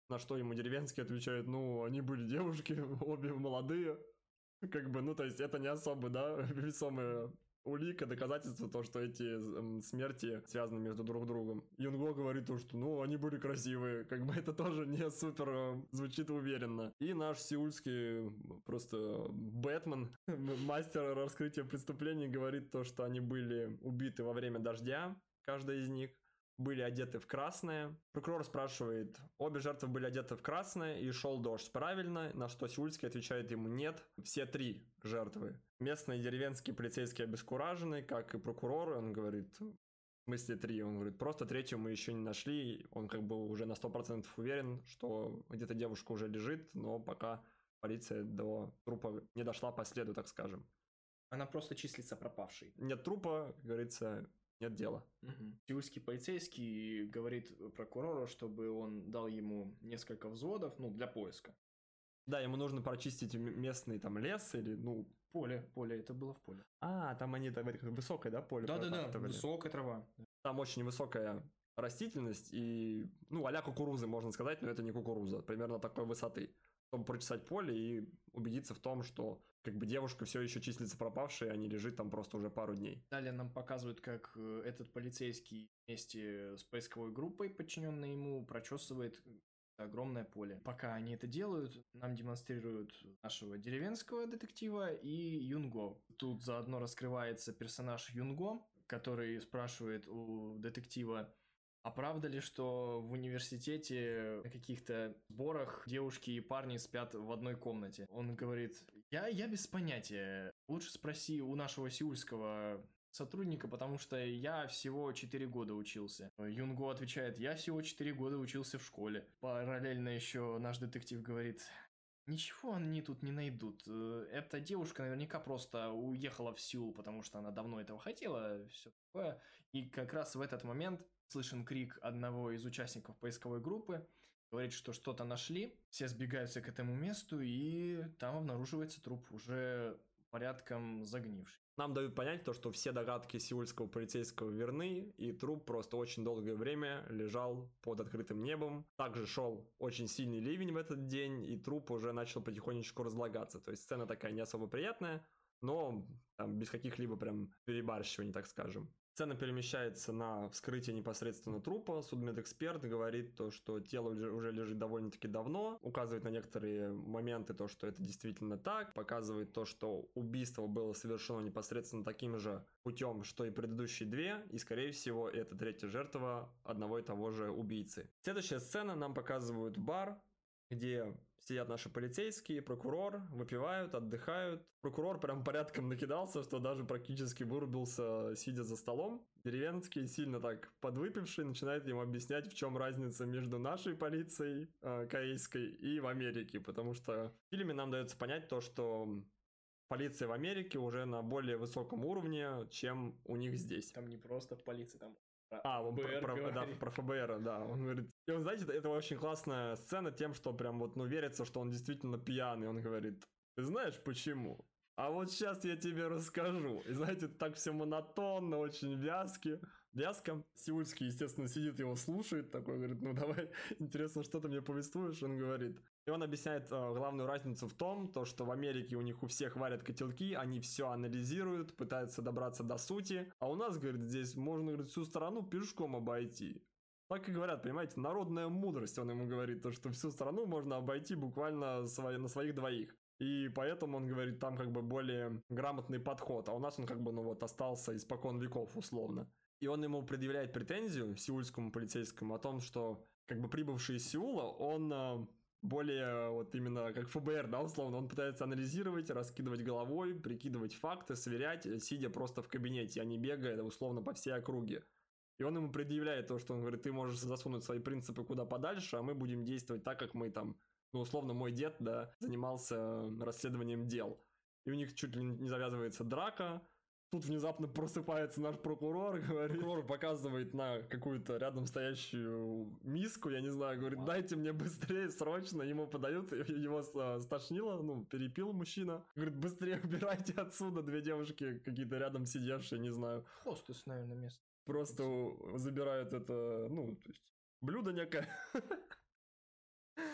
На что ему деревенский отвечает, ну, они были девушки, обе молодые. Как бы, ну, то есть это не особо, да, весомая улика, доказательство, то, что эти смерти связаны между друг другом. Юнго говорит то, что, ну, они были красивые, как бы это тоже не супер звучит уверенно. И наш сеульский просто Бэтмен, мастер раскрытия преступлений, говорит то, что они были убиты во время дождя, каждая из них. Были одеты в красное. Прокурор спрашивает, обе жертвы были одеты в красное, и шел дождь, правильно? На что Сеульский отвечает ему, нет, все 3 жертвы. Местные деревенские полицейские обескуражены, как и прокурор, он говорит, в смысле 3, он говорит, просто 3-ю мы еще не нашли, он как бы уже на 100% уверен, что где-то девушка уже лежит, но пока полиция до трупа не дошла по следу, так скажем. Она просто числится пропавшей. Нет трупа, как говорится, нет дела. Сеульский полицейский говорит прокурору, чтобы он дал ему несколько взводов, ну, для поиска. Да, ему нужно прочистить местный там лес или, ну... Поле, это было в поле. Там они, там это высокое, да, поле? Да, высокая трава. Там очень высокая растительность и, ну, а-ля кукурузы, можно сказать, но это не кукуруза, примерно такой высоты. Чтобы прочесать поле и убедиться в том, что как бы девушка все еще числится пропавшей, а не лежит там просто уже пару дней. Далее нам показывают, как этот полицейский вместе с поисковой группой, подчиненной ему, прочесывает огромное поле. Пока они это делают, нам демонстрируют нашего деревенского детектива и Юнго. Тут заодно раскрывается персонаж Юнго, который спрашивает у детектива, а правда ли, что в университете на каких-то сборах девушки и парни спят в одной комнате? Он говорит, я без понятия. Лучше спроси у нашего сеульского сотрудника, потому что я всего 4 года учился. Юнго отвечает, я всего 4 года учился в школе. Параллельно еще наш детектив говорит, ничего они тут не найдут. Эта девушка наверняка просто уехала в Сеул, потому что она давно этого хотела, все такое. И как раз в этот момент слышен крик одного из участников поисковой группы, говорит, что что-то нашли, все сбегаются к этому месту, и там обнаруживается труп, уже порядком загнивший. Нам дают понять то, что все догадки сеульского полицейского верны, и труп просто очень долгое время лежал под открытым небом. Также шел очень сильный ливень в этот день, и труп уже начал потихонечку разлагаться. То есть сцена такая не особо приятная, но там, без каких-либо прям перебарщиваний, так скажем. Сцена перемещается на вскрытие непосредственно трупа. Судмедэксперт говорит то, что тело уже лежит довольно-таки давно, указывает на некоторые моменты, то, что это действительно так, показывает то, что убийство было совершено непосредственно таким же путем, что и предыдущие 2, и, скорее всего, это 3-я жертва одного и того же убийцы. Следующая сцена нам показывают бар, где сидят наши полицейские, прокурор, выпивают, отдыхают. Прокурор прям порядком накидался, что даже практически вырубился, сидя за столом. Деревенский, сильно так подвыпивший, начинает ему объяснять, в чем разница между нашей полицией корейской и в Америке. Потому что в фильме нам дается понять то, что полиция в Америке уже на более высоком уровне, чем у них здесь. Там не просто полиция, там он про ФБР, да. Он говорит, и вы знаете, это очень классная сцена тем, что прям вот, ну, верится, что он действительно пьяный. Он говорит, ты знаешь почему? А вот сейчас я тебе расскажу. И знаете, так все монотонно, очень вязко. Сеульский, естественно, сидит, его слушает, такой, говорит, ну давай, интересно, что ты мне повествуешь? Он говорит. И он объясняет главную разницу в том, то, что в Америке у них у всех варят котелки, они все анализируют, пытаются добраться до сути. А у нас, говорит, здесь можно, говорит, всю страну пешком обойти. Так и говорят, понимаете, народная мудрость, он ему говорит, то, что всю страну можно обойти буквально на своих двоих. И поэтому он говорит, там как бы более грамотный подход, а у нас он как бы, ну вот, остался испокон веков условно. И он ему предъявляет претензию сеульскому полицейскому о том, что как бы прибывший из Сеула, он более вот именно как ФБР, да, условно, он пытается анализировать, раскидывать головой, прикидывать факты, сверять, сидя просто в кабинете, а не бегая условно по всей округе. И он ему предъявляет то, что он говорит, ты можешь засунуть свои принципы куда подальше, а мы будем действовать так, как мы там, ну, условно, мой дед, да, занимался расследованием дел. И у них чуть ли не завязывается драка. Тут внезапно просыпается наш прокурор, говорит, прокурор показывает на какую-то рядом стоящую миску, я не знаю, говорит, дайте мне быстрее, срочно, ему подают, его стошнило, ну, перепил мужчина, говорит, быстрее убирайте отсюда, 2 девушки какие-то рядом сидевшие, не знаю. Хостес, наверное, место. Просто забирают это, ну, то есть, блюдо некое.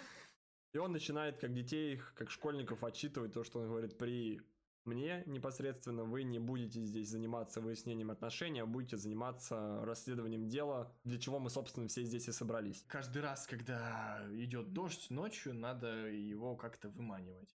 И он начинает, как детей, как школьников, отчитывать то, что он говорит: при мне непосредственно вы не будете здесь заниматься выяснением отношений, а будете заниматься расследованием дела, для чего мы, собственно, все здесь и собрались. Каждый раз, когда идет дождь ночью, надо его как-то выманивать.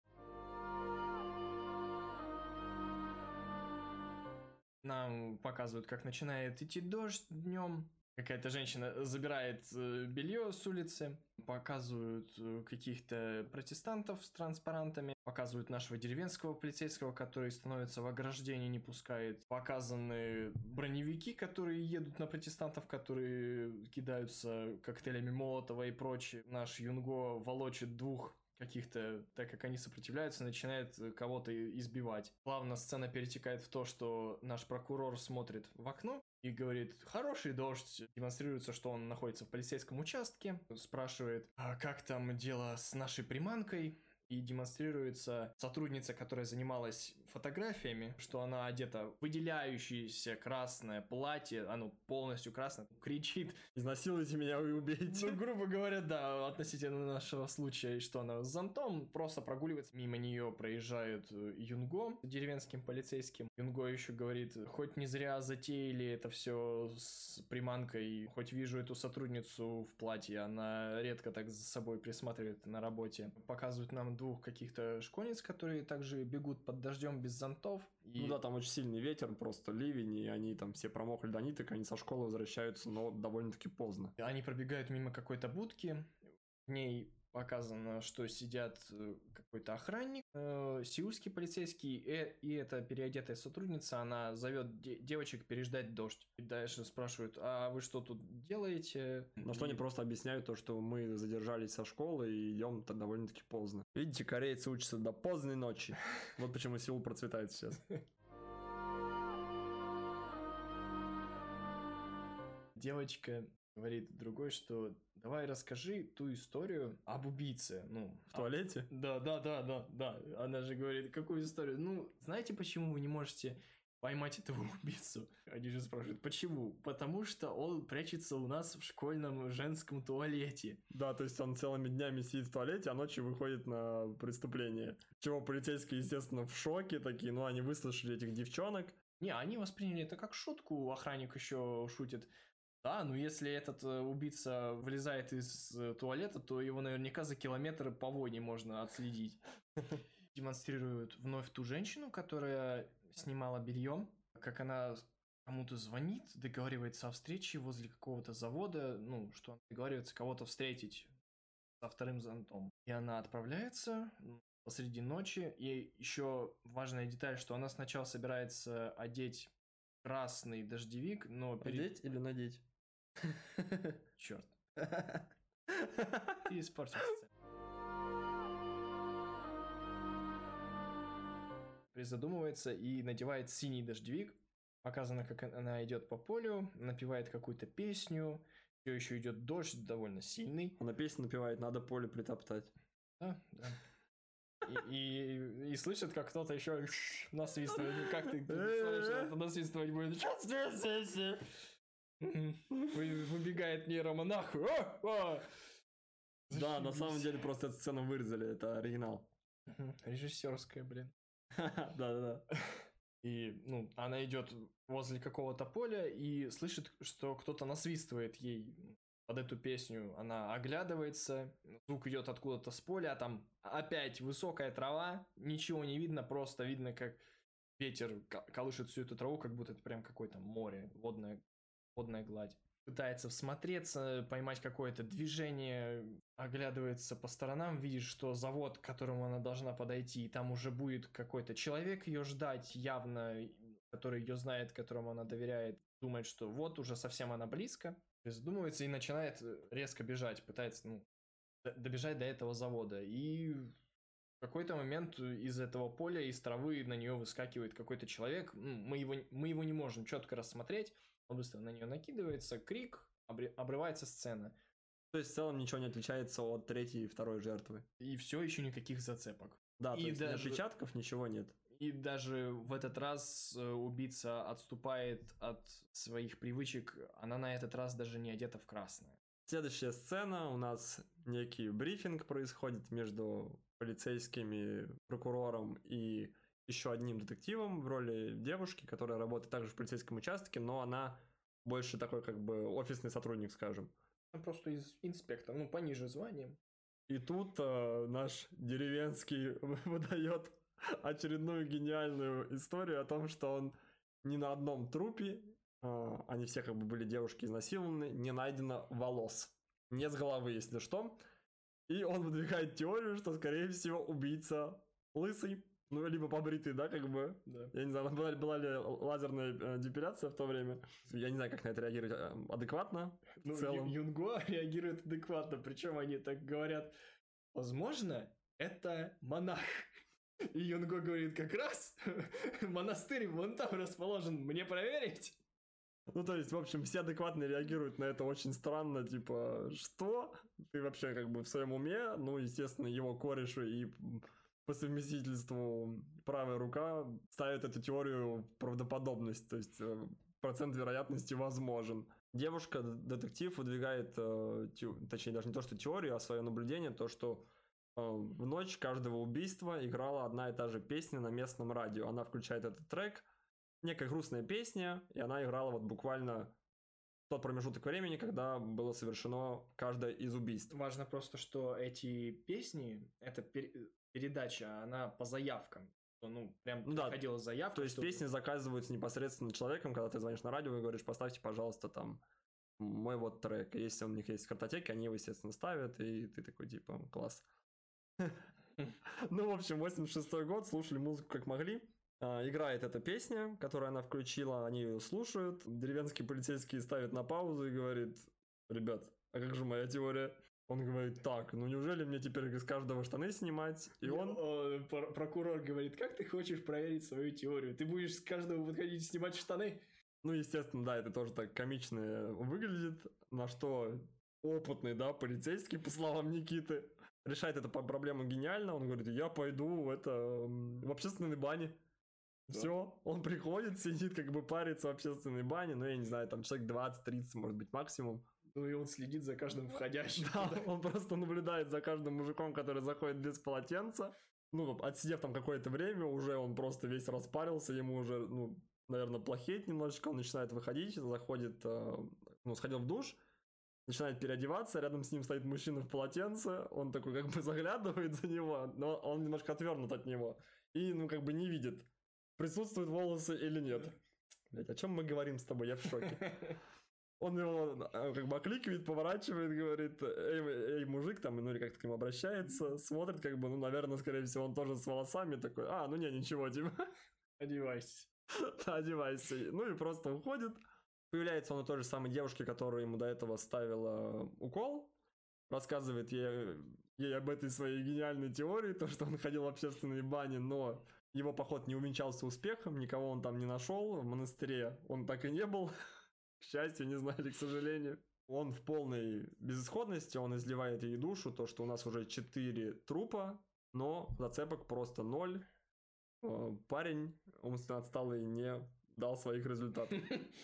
Нам показывают, как начинает идти дождь днем. Какая-то женщина забирает белье с улицы, показывают каких-то протестантов с транспарантами, показывают нашего деревенского полицейского, который становится в ограждении, не пускает. Показаны броневики, которые едут на протестантов, которые кидаются коктейлями Молотова и прочее. Наш Юнго волочит двух каких-то, так как они сопротивляются, начинает кого-то избивать. Плавно сцена перетекает в то, что наш прокурор смотрит в окно и говорит: хороший дождь. Демонстрируется, что он находится в полицейском участке. Спрашивает: а как там дело с нашей приманкой? И демонстрируется сотрудница, которая занималась фотографиями, что она одета в выделяющееся красное платье, оно полностью красное, кричит: изнасилуйте меня и убейте. Ну, грубо говоря, да, относительно нашего случая, что она с зонтом просто прогуливается. Мимо нее проезжает Юнго деревенским полицейским. Юнго еще говорит: хоть не зря затеяли это все с приманкой, хоть вижу эту сотрудницу в платье, она редко так за собой присматривает на работе. Показывают нам двух каких-то школьниц, которые также бегут под дождем без зонтов. И... Ну да, там очень сильный ветер, просто ливень, и они там все промокли до ниток, они со школы возвращаются, но довольно-таки поздно. Они пробегают мимо какой-то будки, в ней показано, что сидят какой-то охранник, сеульский полицейский, и эта переодетая сотрудница, она зовет девочек переждать дождь. И дальше спрашивают: а вы что тут делаете? На что они просто объясняют то, что мы задержались со школы и идем довольно-таки поздно. Видите, корейцы учатся до поздней ночи. Вот почему Сеул процветает сейчас. Девочка говорит другой, что давай расскажи ту историю об убийце. Ну, в туалете? Да. Она же говорит: какую историю? Ну, знаете, почему вы не можете поймать этого убийцу? Они же спрашивают: почему? Потому что он прячется у нас в школьном женском туалете. Да, то есть он целыми днями сидит в туалете, а ночью выходит на преступление. Чего полицейские, естественно, в шоке такие, ну, они выслушали этих девчонок. Не, они восприняли это как шутку, охранник еще шутит. Да, но если этот убийца вылезает из туалета, то его наверняка за километр по воде можно отследить. Демонстрируют вновь ту женщину, которая снимала белье, как она кому-то звонит, договаривается о встрече возле какого-то завода, ну, что она договаривается кого-то встретить со вторым зонтом. И она отправляется посреди ночи, и еще важная деталь, что она сначала собирается одеть красный дождевик, но... Одеть или надеть? Черт. Ты испортил сцену. Призадумывается и надевает синий дождевик. Показано, как она идет по полю, напевает какую-то песню. Все еще идет дождь довольно сильный. Она песню напевает: надо поле притоптать. Да. И слышит, как кто-то еще насвистывает. Как ты представляешь, что это насвистывать будет? Выбегает нейромонах. Да, на самом деле просто эту сцену вырезали, это оригинал. Режиссерская, блин. Да. И, ну, она идет возле какого-то поля и слышит, что кто-то насвистывает ей под эту песню. Она оглядывается, звук идет откуда-то с поля, а там опять высокая трава, ничего не видно, просто видно, как ветер колышет всю эту траву, как будто это прям какое-то море, водная гладь. Пытается всмотреться, поймать какое-то движение, оглядывается по сторонам, видит, что завод, к которому она должна подойти, и там уже будет какой-то человек ее ждать, явно, который ее знает, которому она доверяет, думает, что вот уже совсем она близко, задумывается и начинает резко бежать, пытается добежать до этого завода. И в какой-то момент из этого поля, из травы на нее выскакивает какой-то человек, мы его не можем четко рассмотреть. Он быстро на нее накидывается, крик, обрывается сцена. То есть в целом ничего не отличается от третьей и второй жертвы. И все еще никаких зацепок. Да, то есть даже... отпечатков ничего нет. И даже в этот раз убийца отступает от своих привычек, она на этот раз даже не одета в красное. Следующая сцена, у нас некий брифинг происходит между полицейскими, прокурором и еще одним детективом в роли девушки, которая работает также в полицейском участке, но она больше такой как бы офисный сотрудник, скажем. Просто инспектор, пониже званием. И тут наш деревенский выдает очередную гениальную историю о том, что он ни на одном трупе, они все как бы были девушки изнасилованы, не найдено волос. Нет с головы, если что. И он выдвигает теорию, что, скорее всего, убийца лысый, либо побритый, да, как бы. Да. Я не знаю, была ли лазерная депиляция в то время. Я не знаю, как на это реагировать адекватно. В целом. Юнго реагирует адекватно, причем они так говорят, возможно, это монах. И Юнго говорит, как раз монастырь вон там расположен, мне проверить? То есть, в общем, все адекватно реагируют на это очень странно, типа, что? Ты вообще как бы в своем уме? Естественно, его корешу и по совместительству правая рука ставит эту теорию в правдоподобность, то есть процент вероятности возможен. Девушка-детектив выдвигает, точнее, даже не то, что теорию, а свое наблюдение, то, что в ночь каждого убийства играла одна и та же песня на местном радио. Она включает этот трек, некая грустная песня, и она играла вот буквально в тот промежуток времени, когда было совершено каждое из убийств. Важно просто, что эти песни, это передача, она по заявкам. Приходила заявка. То есть песни заказываются непосредственно человеком, когда ты звонишь на радио и говоришь, поставьте, пожалуйста, там мой вот трек. Если у них есть в картотеке, они его, естественно, ставят, и ты такой, типа, класс. В общем, 86-й год, слушали музыку как могли. Играет эта песня, которую она включила, они ее слушают. Деревенский полицейский ставит на паузу и говорит, ребят, а как же моя теория? Он говорит, так, неужели мне теперь из каждого штаны снимать? И прокурор говорит, как ты хочешь проверить свою теорию? Ты будешь с каждого выходить и снимать штаны? Естественно, да, это тоже так комично выглядит. На что опытный, да, полицейский, по словам Никиты, решает эту проблему гениально. Он говорит, я пойду в общественной бане. Да. Все, он приходит, сидит, как бы парится в общественной бане, я не знаю, там человек 20-30, может быть, максимум. И он следит за каждым входящим. Да, он просто наблюдает за каждым мужиком, который заходит без полотенца. Отсидев там какое-то время, уже он просто весь распарился, ему уже, наверное, плохеет немножечко, он начинает выходить, заходит, сходил в душ, начинает переодеваться, рядом с ним стоит мужчина в полотенце, он такой как бы заглядывает за него, но он немножко отвернут от него и, как бы не видит, присутствуют волосы или нет. Блять, о чем мы говорим с тобой? Я в шоке. Он его как бы окликивает, поворачивает, говорит, эй, мужик, там, или как-то к нему обращается, смотрит, как бы, наверное, скорее всего, он тоже с волосами такой, ничего, типа. Одевайся. Да, одевайся. И просто уходит. Появляется он у той же самой девушки, которая ему до этого ставила укол, рассказывает ей об этой своей гениальной теории, то, что он ходил в общественные бани, но его поход не увенчался успехом, никого он там не нашел, в монастыре он так и не был, к счастью, не знаю, или к сожалению. Он в полной безысходности, он изливает ей душу, то, что у нас уже 4 трупа, но зацепок просто 0. Парень умственно отсталый не дал своих результатов.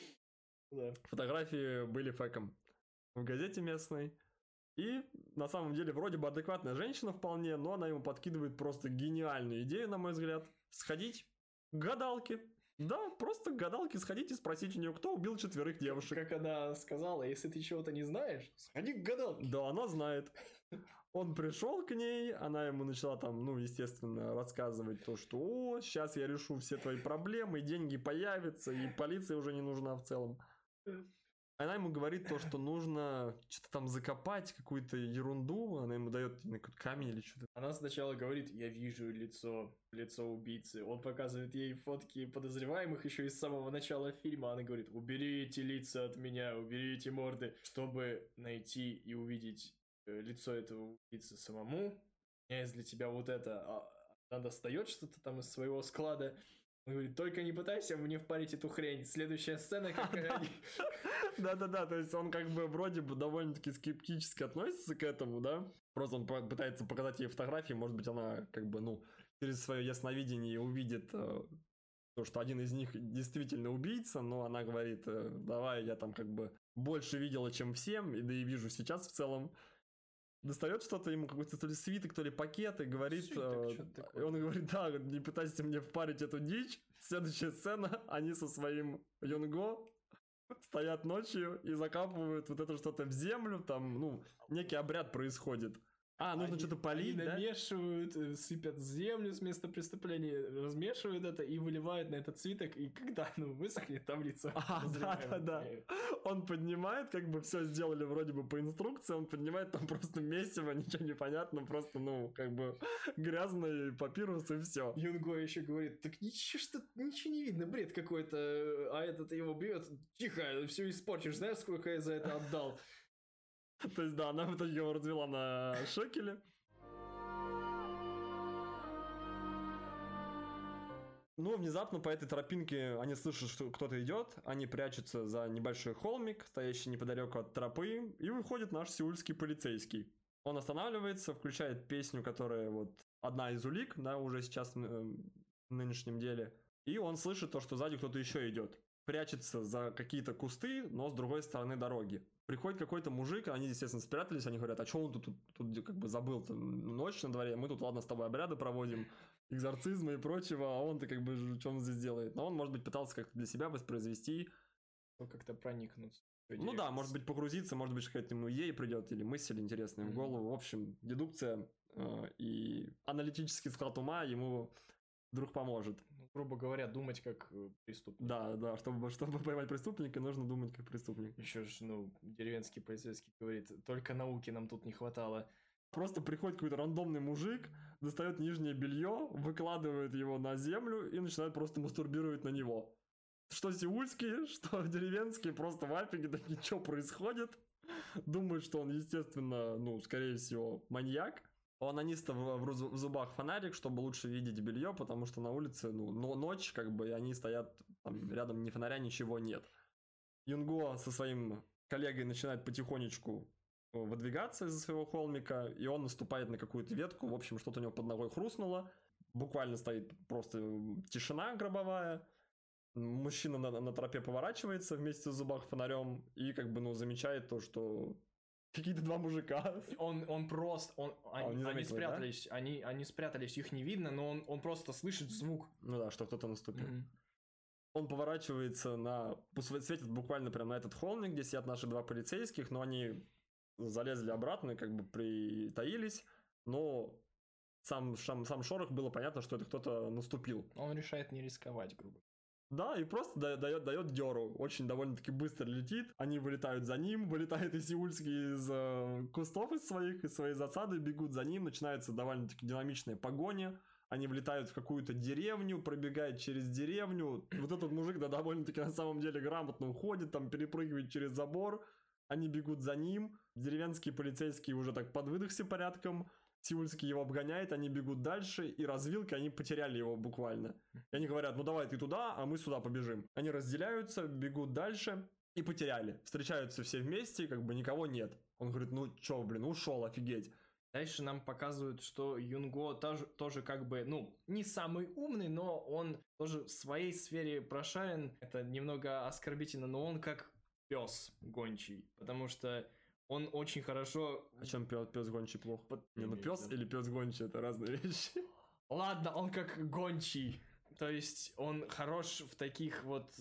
Фотографии были фэком в газете местной. И на самом деле вроде бы адекватная женщина вполне, но она ему подкидывает просто гениальную идею, на мой взгляд. Сходить к гадалке. Да, просто к гадалке сходить и спросить у нее, кто убил 4 девушек. Как она сказала, если ты чего-то не знаешь, сходи к гадалке. Да, она знает. Он пришел к ней, она ему начала там, естественно, рассказывать то, что сейчас я решу все твои проблемы, деньги появятся, и полиция уже не нужна в целом. Она ему говорит то, что нужно что-то там закопать, какую-то ерунду. Она ему дает какой-то камень или что-то. Она сначала говорит, я вижу лицо убийцы. Он показывает ей фотки подозреваемых еще из самого начала фильма. Она говорит, уберите лица от меня, уберите морды. Чтобы найти и увидеть лицо этого убийцы самому, у меня есть для тебя вот это. Она достает что-то там из своего склада. Он говорит, только не пытайся мне впарить эту хрень. Следующая сцена, как они... Да-да-да, то есть он как бы вроде бы довольно-таки скептически относится к этому, да? Просто он пытается показать ей фотографии, может быть, она как бы, через свое ясновидение увидит то, что один из них действительно убийца, но она говорит, давай я там как бы больше видела, чем всем, и да и вижу сейчас в целом. Достает что-то ему, какой-то то ли свиток, то ли пакет, и говорит... и он говорит, да, не пытайся мне впарить эту дичь. Следующая сцена, они со своим Юнго стоят ночью и закапывают вот это что-то в землю, там, ну, некий обряд происходит. Нужно что-то полить, они да? намешивают, сыпят землю с места преступления, размешивают это и выливают на этот свиток, и когда высохнет, там лицо. Да. Он поднимает, как бы все сделали вроде бы по инструкции, он поднимает там просто месиво, ничего не понятно, просто, как бы грязный папирус и все. Юнго еще говорит, так ничего не видно, бред какой-то, а этот его бьет, тихо, все испорчишь, знаешь, сколько я за это отдал? То есть, да, она в итоге его развела на шекеле. Внезапно по этой тропинке они слышат, что кто-то идет, они прячутся за небольшой холмик, стоящий неподалеку от тропы, и выходит наш сеульский полицейский. Он останавливается, включает песню, которая вот одна из улик, да, уже сейчас в нынешнем деле, и он слышит то, что сзади кто-то еще идет. Прячется за какие-то кусты, но с другой стороны дороги. Приходит какой-то мужик, они, естественно, спрятались, они говорят, а что он тут как бы забыл, ночь на дворе, мы тут, ладно, с тобой обряды проводим, экзорцизмы и прочего, а он-то как бы, что он здесь делает? Но он, может быть, пытался как-то для себя воспроизвести. Как-то проникнуться. Да, может быть, погрузиться, может быть, какая-то ему идея придет, или мысль интересная в голову. В общем, дедукция и аналитический склад ума ему вдруг поможет. Грубо говоря, думать как преступник. Да, чтобы поймать преступника, нужно думать как преступник. Еще ж, деревенский полицейский говорит, только науки нам тут не хватало. Просто приходит какой-то рандомный мужик, достает нижнее белье, выкладывает его на землю и начинает просто мастурбировать на него. Что сеульские, что деревенские, просто в афиге, такие, что происходит. Думают, что он, естественно, скорее всего, маньяк. У анониста в зубах фонарик, чтобы лучше видеть белье, потому что на улице, ночь, как бы, и они стоят, там, рядом ни фонаря, ничего нет. Юнго со своим коллегой начинает потихонечку выдвигаться из-за своего холмика, и он наступает на какую-то ветку, в общем, что-то у него под ногой хрустнуло, буквально стоит просто тишина гробовая, мужчина на тропе поворачивается вместе с зубах фонарем и как бы, замечает то, что какие-то два мужика. Они спрятались, да? они спрятались, их не видно, но он просто слышит звук. Что кто-то наступил. Он поворачивается светит буквально прямо на этот холмик, где сидят наши два полицейских, но они залезли обратно, как бы притаились, но сам шорох, было понятно, что это кто-то наступил. Он решает не рисковать, грубо. Да, и просто дает дёру. Очень довольно-таки быстро летит. Они вылетают за ним, вылетают и сеульские из кустов из своей засады, бегут за ним. Начинается довольно-таки динамичная погоня. Они влетают в какую-то деревню, пробегают через деревню. Вот этот мужик, довольно-таки на самом деле грамотно уходит, там перепрыгивает через забор. Они бегут за ним. Деревенские полицейские уже так подвыдохся порядком. Сеульский его обгоняет, они бегут дальше, и развилкой они потеряли его буквально. И они говорят, давай ты туда, а мы сюда побежим. Они разделяются, бегут дальше и потеряли. Встречаются все вместе, как бы никого нет. Он говорит, ушел, офигеть. Дальше нам показывают, что Юнго тоже как бы, не самый умный, но он тоже в своей сфере прошарен. Это немного оскорбительно, но он как пес гончий, потому что он очень хорошо... А чем пес гончий плохо? Пес или пес гончий, это разные вещи. Ладно, он как гончий. То есть он хорош в таких вот,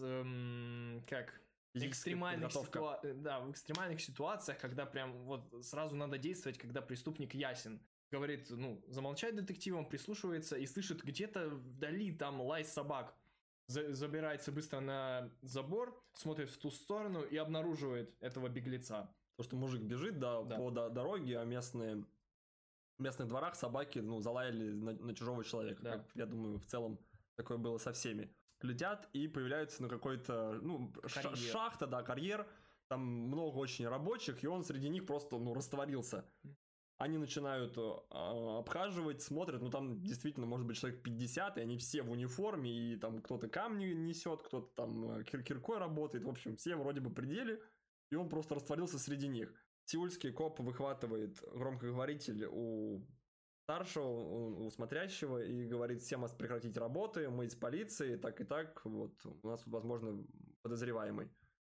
экстремальных в экстремальных ситуациях, когда прям вот сразу надо действовать, когда преступник ясен. Говорит, замолчать детективом, прислушивается и слышит где-то вдали там лай собак. Забирается быстро на забор, смотрит в ту сторону и обнаруживает этого беглеца. То, что мужик бежит, по дороге, а в местных дворах собаки, залаяли на чужого человека. Да. Как, я думаю, в целом такое было со всеми. Летят и появляются на какой-то, шахта, карьер. Там много очень рабочих, и он среди них просто, растворился. Они начинают обхаживать, смотрят, там действительно может быть человек 50, и они все в униформе, и там кто-то камни несет, кто-то там киркой работает. В общем, все вроде бы при деле. И он просто растворился среди них. Сеульский коп выхватывает громкоговоритель у старшего, у смотрящего, и говорит, всем прекратить работы, мы из полиции, так и так, вот, у нас тут, возможно, подозреваемый.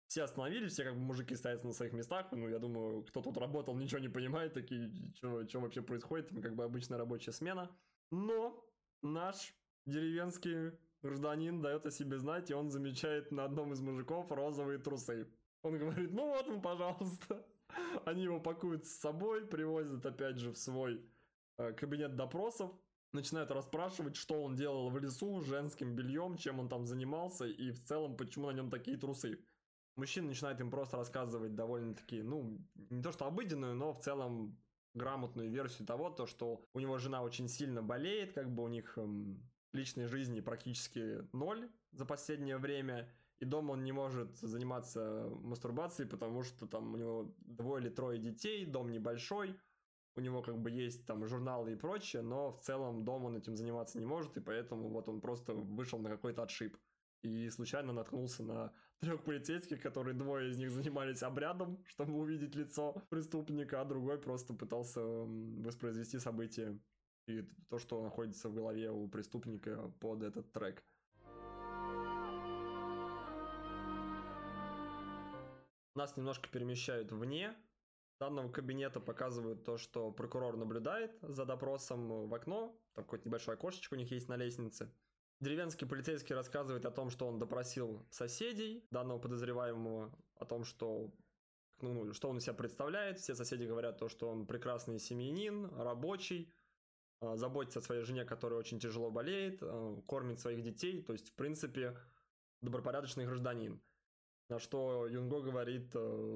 Все остановились, все как бы мужики стоят на своих местах. Ну, я думаю, кто тут работал, ничего не понимает, такие, что вообще происходит, как бы обычная рабочая смена. Но наш деревенский гражданин дает о себе знать, и он замечает на одном из мужиков розовые трусы. Он говорит, ну вот он, пожалуйста. Они его пакуют с собой, привозят опять же в свой кабинет допросов, начинают расспрашивать, что он делал в лесу, женским бельем, чем он там занимался и в целом, почему на нем такие трусы. Мужчина начинает им просто рассказывать довольно-таки, ну, не то что обыденную, но в целом грамотную версию того, то, что у него жена очень сильно болеет, как бы у них личной жизни практически ноль за последнее время, и дома он не может заниматься мастурбацией, потому что там у него 2 или 3 детей, дом небольшой, у него как бы есть там журналы и прочее, но в целом дома он этим заниматься не может, и поэтому вот он просто вышел на какой-то отшиб. И случайно наткнулся на 3 полицейских, которые 2 из них занимались обрядом, чтобы увидеть лицо преступника, а другой просто пытался воспроизвести события и то, что находится в голове у преступника под этот трек. Нас немножко перемещают вне данного кабинета, показывают то, что прокурор наблюдает за допросом в окно, там какое-то небольшое окошечко у них есть на лестнице. Деревенский полицейский рассказывает о том, что он допросил соседей данного подозреваемого, о том, что, что он из себя представляет. Все соседи говорят то, что он прекрасный семьянин, рабочий, заботится о своей жене, которая очень тяжело болеет, кормит своих детей, то есть, в принципе, добропорядочный гражданин. На что Юнго говорит,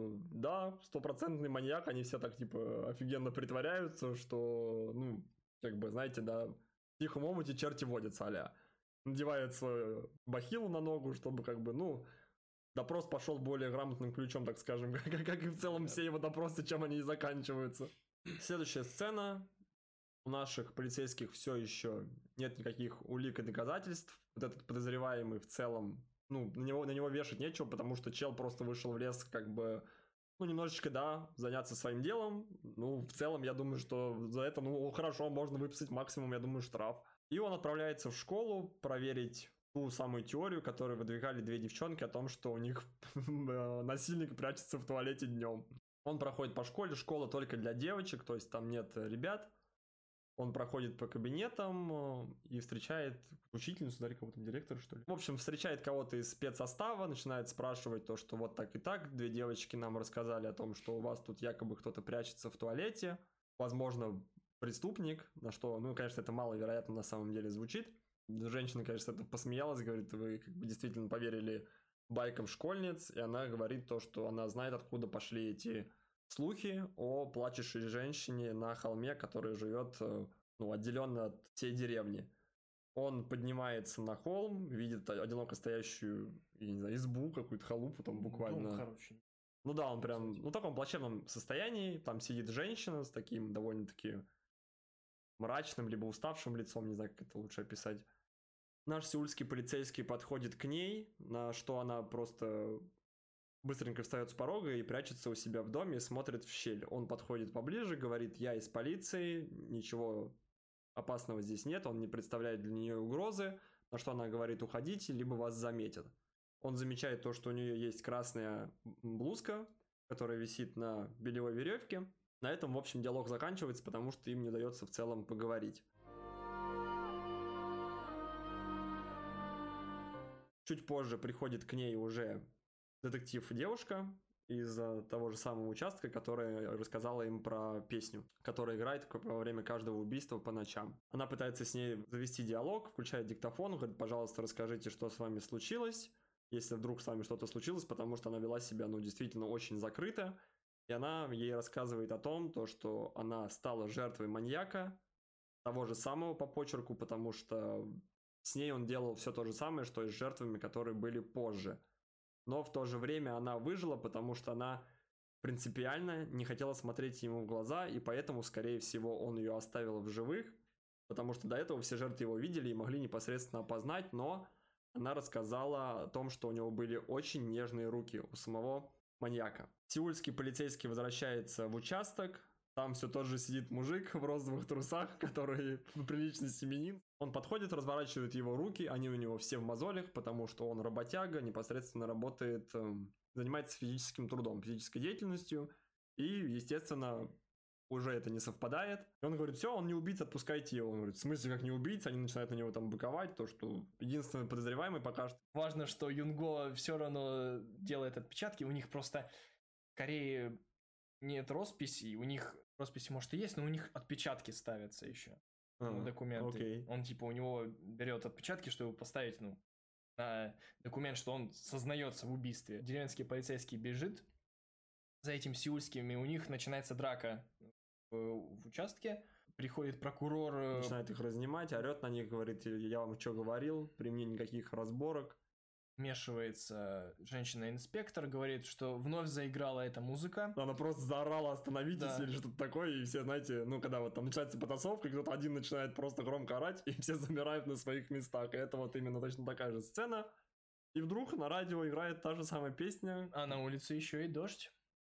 да, 100% маньяк, они все так, типа, офигенно притворяются, что, ну, как бы, знаете, да, в тихом омуте черти водятся, а-ля. Надевает свою бахилу на ногу, чтобы, как бы, ну, допрос пошел более грамотным ключом, так скажем, как и в целом все его допросы, чем они и заканчиваются. Следующая сцена. У наших полицейских все еще нет никаких улик и доказательств. Вот этот подозреваемый в целом, ну, на него вешать нечего, потому что чел просто вышел в лес, как бы, ну, немножечко, да, заняться своим делом. Ну, в целом, я думаю, что за это, ну, хорошо, можно выписать максимум, я думаю, штраф. И он отправляется в школу проверить ту самую теорию, которую выдвигали 2 девчонки о том, что у них насильник прячется в туалете днем. Он проходит по школе, школа только для девочек, то есть там нет ребят. Он проходит по кабинетам и встречает учительницу, да, или кого-то, директора, что ли. В общем, встречает кого-то из спецсостава, начинает спрашивать то, что вот так и так. 2 девочки нам рассказали о том, что у вас тут якобы кто-то прячется в туалете. Возможно, преступник, на что, ну, конечно, это маловероятно на самом деле звучит. Женщина, конечно, это посмеялась, говорит, вы как бы действительно поверили байкам школьниц, и она говорит то, что она знает, откуда пошли эти слухи о плачущей женщине на холме, которая живет, ну, отделенно от всей деревни. Он поднимается на холм, видит одиноко стоящую, я не знаю, избу, какую-то халупу там буквально. Дом, короче. Ну да, он прям, ну, в таком плачевном состоянии, там сидит женщина с таким довольно-таки мрачным, либо уставшим лицом, не знаю, как это лучше описать. Наш сеульский полицейский подходит к ней, на что она просто быстренько встает с порога и прячется у себя в доме и смотрит в щель. Он подходит поближе, говорит, я из полиции, ничего опасного здесь нет, он не представляет для нее угрозы, на что она говорит, уходите, либо вас заметят. Он замечает то, что у нее есть красная блузка, которая висит на бельевой веревке. На этом, в общем, диалог заканчивается, потому что им не удается в целом поговорить. Чуть позже приходит к ней уже детектив-девушка из того же самого участка, которая рассказала им про песню, которая играет во время каждого убийства по ночам. Она пытается с ней завести диалог, включает диктофон, говорит, пожалуйста, расскажите, что с вами случилось, если вдруг с вами что-то случилось, потому что она вела себя, ну, действительно очень закрыто, и она ей рассказывает о том, то, что она стала жертвой маньяка, того же самого по почерку, потому что с ней он делал все то же самое, что и с жертвами, которые были позже. Но в то же время она выжила, потому что она принципиально не хотела смотреть ему в глаза, и поэтому, скорее всего, он ее оставил в живых, потому что до этого все жертвы его видели и могли непосредственно опознать, но она рассказала о том, что у него были очень нежные руки у самого маньяка. Сеульский полицейский возвращается в участок, Там все тот же сидит мужик в розовых трусах, который приличный семенин. Он подходит, разворачивает его руки, они у него все в мозолях, потому что он работяга, непосредственно работает, занимается физическим трудом, физической деятельностью, и, естественно, уже это не совпадает. И он говорит, все, он не убийца, отпускайте его. Он говорит, в смысле, как не убийца? Они начинают на него там быковать, то, что единственный подозреваемый пока что. Важно, что Юнго все равно делает отпечатки, у них просто в Корее нет росписи, у них росписи, может, и есть, но у них отпечатки ставятся еще. Документы. Окей. Он, типа, у него берет отпечатки, чтобы поставить, на документ, что он сознается в убийстве. Деревенский полицейский бежит за этим сеульским, и у них начинается драка в участке. Приходит прокурор. Начинает их разнимать, орет на них, говорит, я вам что говорил, при мне никаких разборок. Вмешивается женщина-инспектор, говорит, что вновь заиграла эта музыка. Она просто заорала «остановитесь» Да. или что-то такое, и все, знаете, когда вот там начинается потасовка, кто-то один начинает просто громко орать, и все замирают на своих местах. И это вот именно точно такая же сцена. И вдруг на радио играет та же самая песня. А на улице еще и дождь.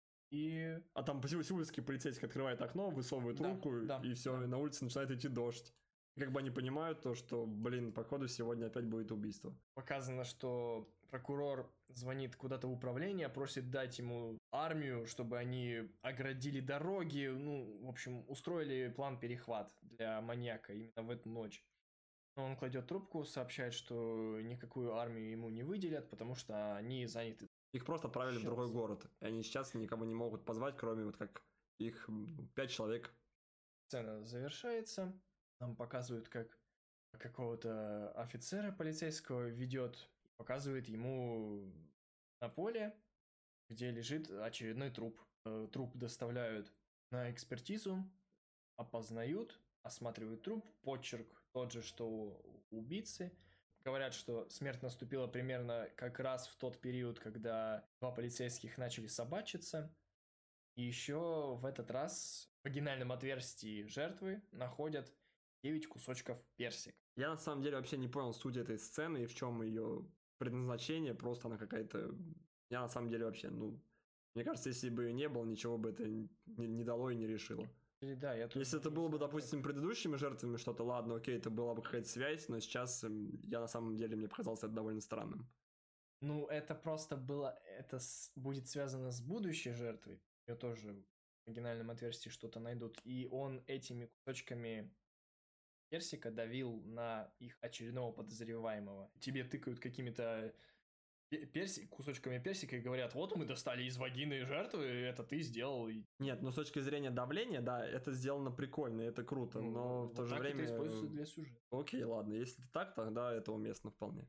А там сеульский полицейский открывает окно, высовывает руку, и все, и на улице начинает идти дождь. И как бы они понимают то, что, походу, сегодня опять будет убийство. Показано, что прокурор звонит куда-то в управление, просит дать ему армию, чтобы они оградили дороги, в общем, устроили план перехват для маньяка именно в эту ночь. Но он кладет трубку, сообщает, что никакую армию ему не выделят, потому что они заняты. Их просто отправили в другой город, и они сейчас никого не могут позвать, кроме вот как их 5 человек. Сцена завершается. Нам показывают, как какого-то офицера полицейского ведет, показывает ему на поле, где лежит очередной труп. Труп доставляют на экспертизу, опознают, осматривают труп, почерк тот же, что у убийцы. Говорят, что смерть наступила примерно как раз в тот период, когда 2 полицейских начали собачиться. И еще в этот раз в вагинальном отверстии жертвы находят 9 кусочков персика. Я на самом деле вообще не понял суть этой сцены и в чем ее предназначение, просто она какая-то... Я на самом деле вообще, мне кажется, если бы ее не было, ничего бы это не дало и не решило. Да, если это было бы, допустим, предыдущими жертвами что-то, ладно, окей, это была бы какая-то связь, но сейчас я на самом деле, мне показалось это довольно странным. Это просто было... Это будет связано с будущей жертвой. Ее тоже в вагинальном отверстии что-то найдут. И он этими кусочками персика давил на их очередного подозреваемого. Тебе тыкают какими-то кусочками персика и говорят, вот мы достали из вагины жертвы, это ты сделал. Нет, но с точки зрения давления, да, это сделано прикольно, это круто, но в то же время... это используется для сюжета. Окей, ладно, если так, тогда это уместно вполне.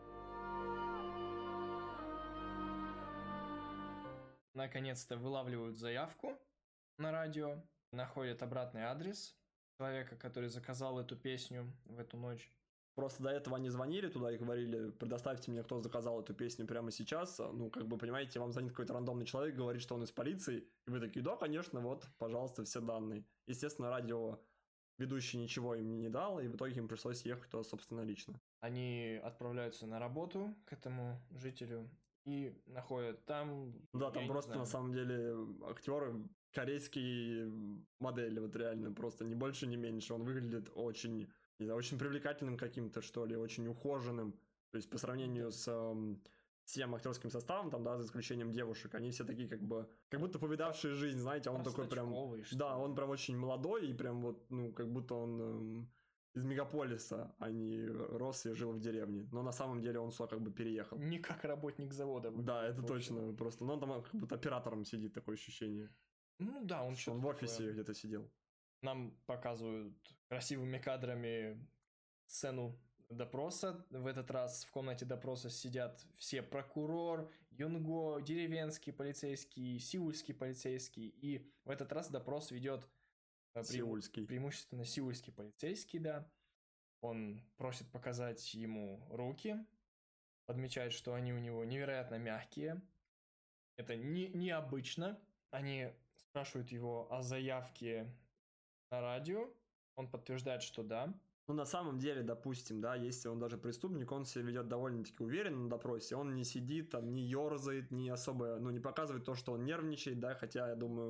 Наконец-то вылавливают заявку на радио, находят обратный адрес человека, который заказал эту песню в эту ночь. Просто до этого они звонили туда и говорили, предоставьте мне, кто заказал эту песню прямо сейчас. Понимаете, вам звонит какой-то рандомный человек, говорит, что он из полиции. И вы такие, да, конечно, вот, пожалуйста, все данные. Естественно, радиоведущий ничего им не дал, и в итоге им пришлось ехать туда собственнорично. Они отправляются на работу к этому жителю и находят там... Да, там просто на самом деле актеры корейские модели, вот реально, просто ни больше, ни меньше. Он выглядит очень... Не знаю, очень привлекательным каким-то, что ли, очень ухоженным. То есть по сравнению с всем актерским составом, там, да, за исключением девушек, они все такие как будто повидавшие жизнь, знаете, а он такой прям... Да, он прям очень молодой и прям вот, как будто он из мегаполиса, а не рос и жил в деревне. Но на самом деле он сюда как бы переехал. Не как работник завода. Да, это точно, просто. Но он там как будто оператором сидит, такое ощущение. Да, он что-то... Он в офисе где-то сидел. Нам показывают красивыми кадрами сцену допроса. В этот раз в комнате допроса сидят все: прокурор, Юнго, деревенский полицейский, сеульский полицейский. И в этот раз допрос ведет преимущественно сеульский полицейский, да. Он просит показать ему руки, подмечает, что они у него невероятно мягкие. Это необычно. Они спрашивают его о заявке на радио, он подтверждает, что да. На самом деле, допустим, да, если он даже преступник, он себя ведет довольно-таки уверенно на допросе, он не сидит там, не ерзает, не особо, не показывает то, что он нервничает, да, хотя, я думаю,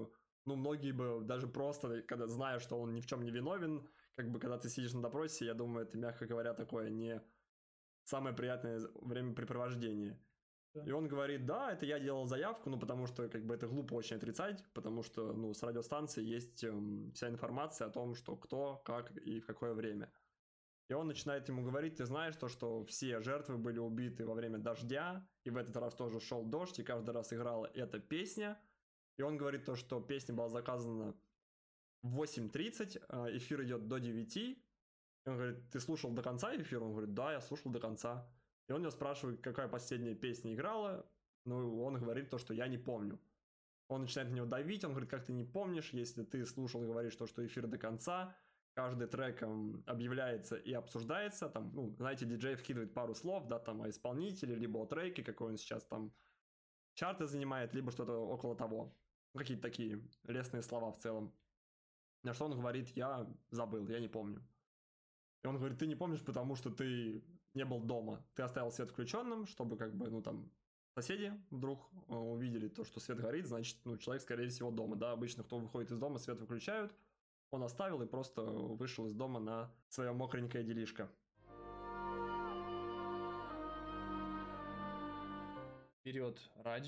ну, многие бы даже просто, когда зная, что он ни в чем не виновен, как бы, когда ты сидишь на допросе, я думаю, это, мягко говоря, такое не самое приятное времяпрепровождение. И он говорит, да, это я делал заявку, ну, потому что, как бы, это глупо очень отрицать, потому что, ну, с радиостанции есть вся информация о том, что кто, как и в какое время. И он начинает ему говорить, ты знаешь то, что все жертвы были убиты во время дождя, и в этот раз тоже шел дождь, и каждый раз играла эта песня. И он говорит то, что песня была заказана в 8:30, эфир идет до 9. И он говорит, ты слушал до конца эфир? Он говорит, да, я слушал до конца. И он его спрашивает, какая последняя песня играла. Ну, он говорит то, что я не помню. Он начинает на него давить, он говорит, как ты не помнишь, если ты слушал и говоришь то, что эфир до конца, каждый трек объявляется и обсуждается, там, ну, знаете, диджей вкидывает пару слов, да, там, о исполнителе, либо о треке, какой он сейчас там чарты занимает, либо что-то около того. Какие-то такие лестные слова в целом. На что он говорит, я забыл, я не помню. И он говорит, ты не помнишь, потому что ты не был дома. Ты оставил свет включенным, чтобы как бы, ну там, соседи вдруг увидели то, что свет горит, значит, ну, человек, скорее всего, дома. Да, обычно, кто выходит из дома, свет выключают. Он оставил и просто вышел из дома на свое мокренькое делишко. Берет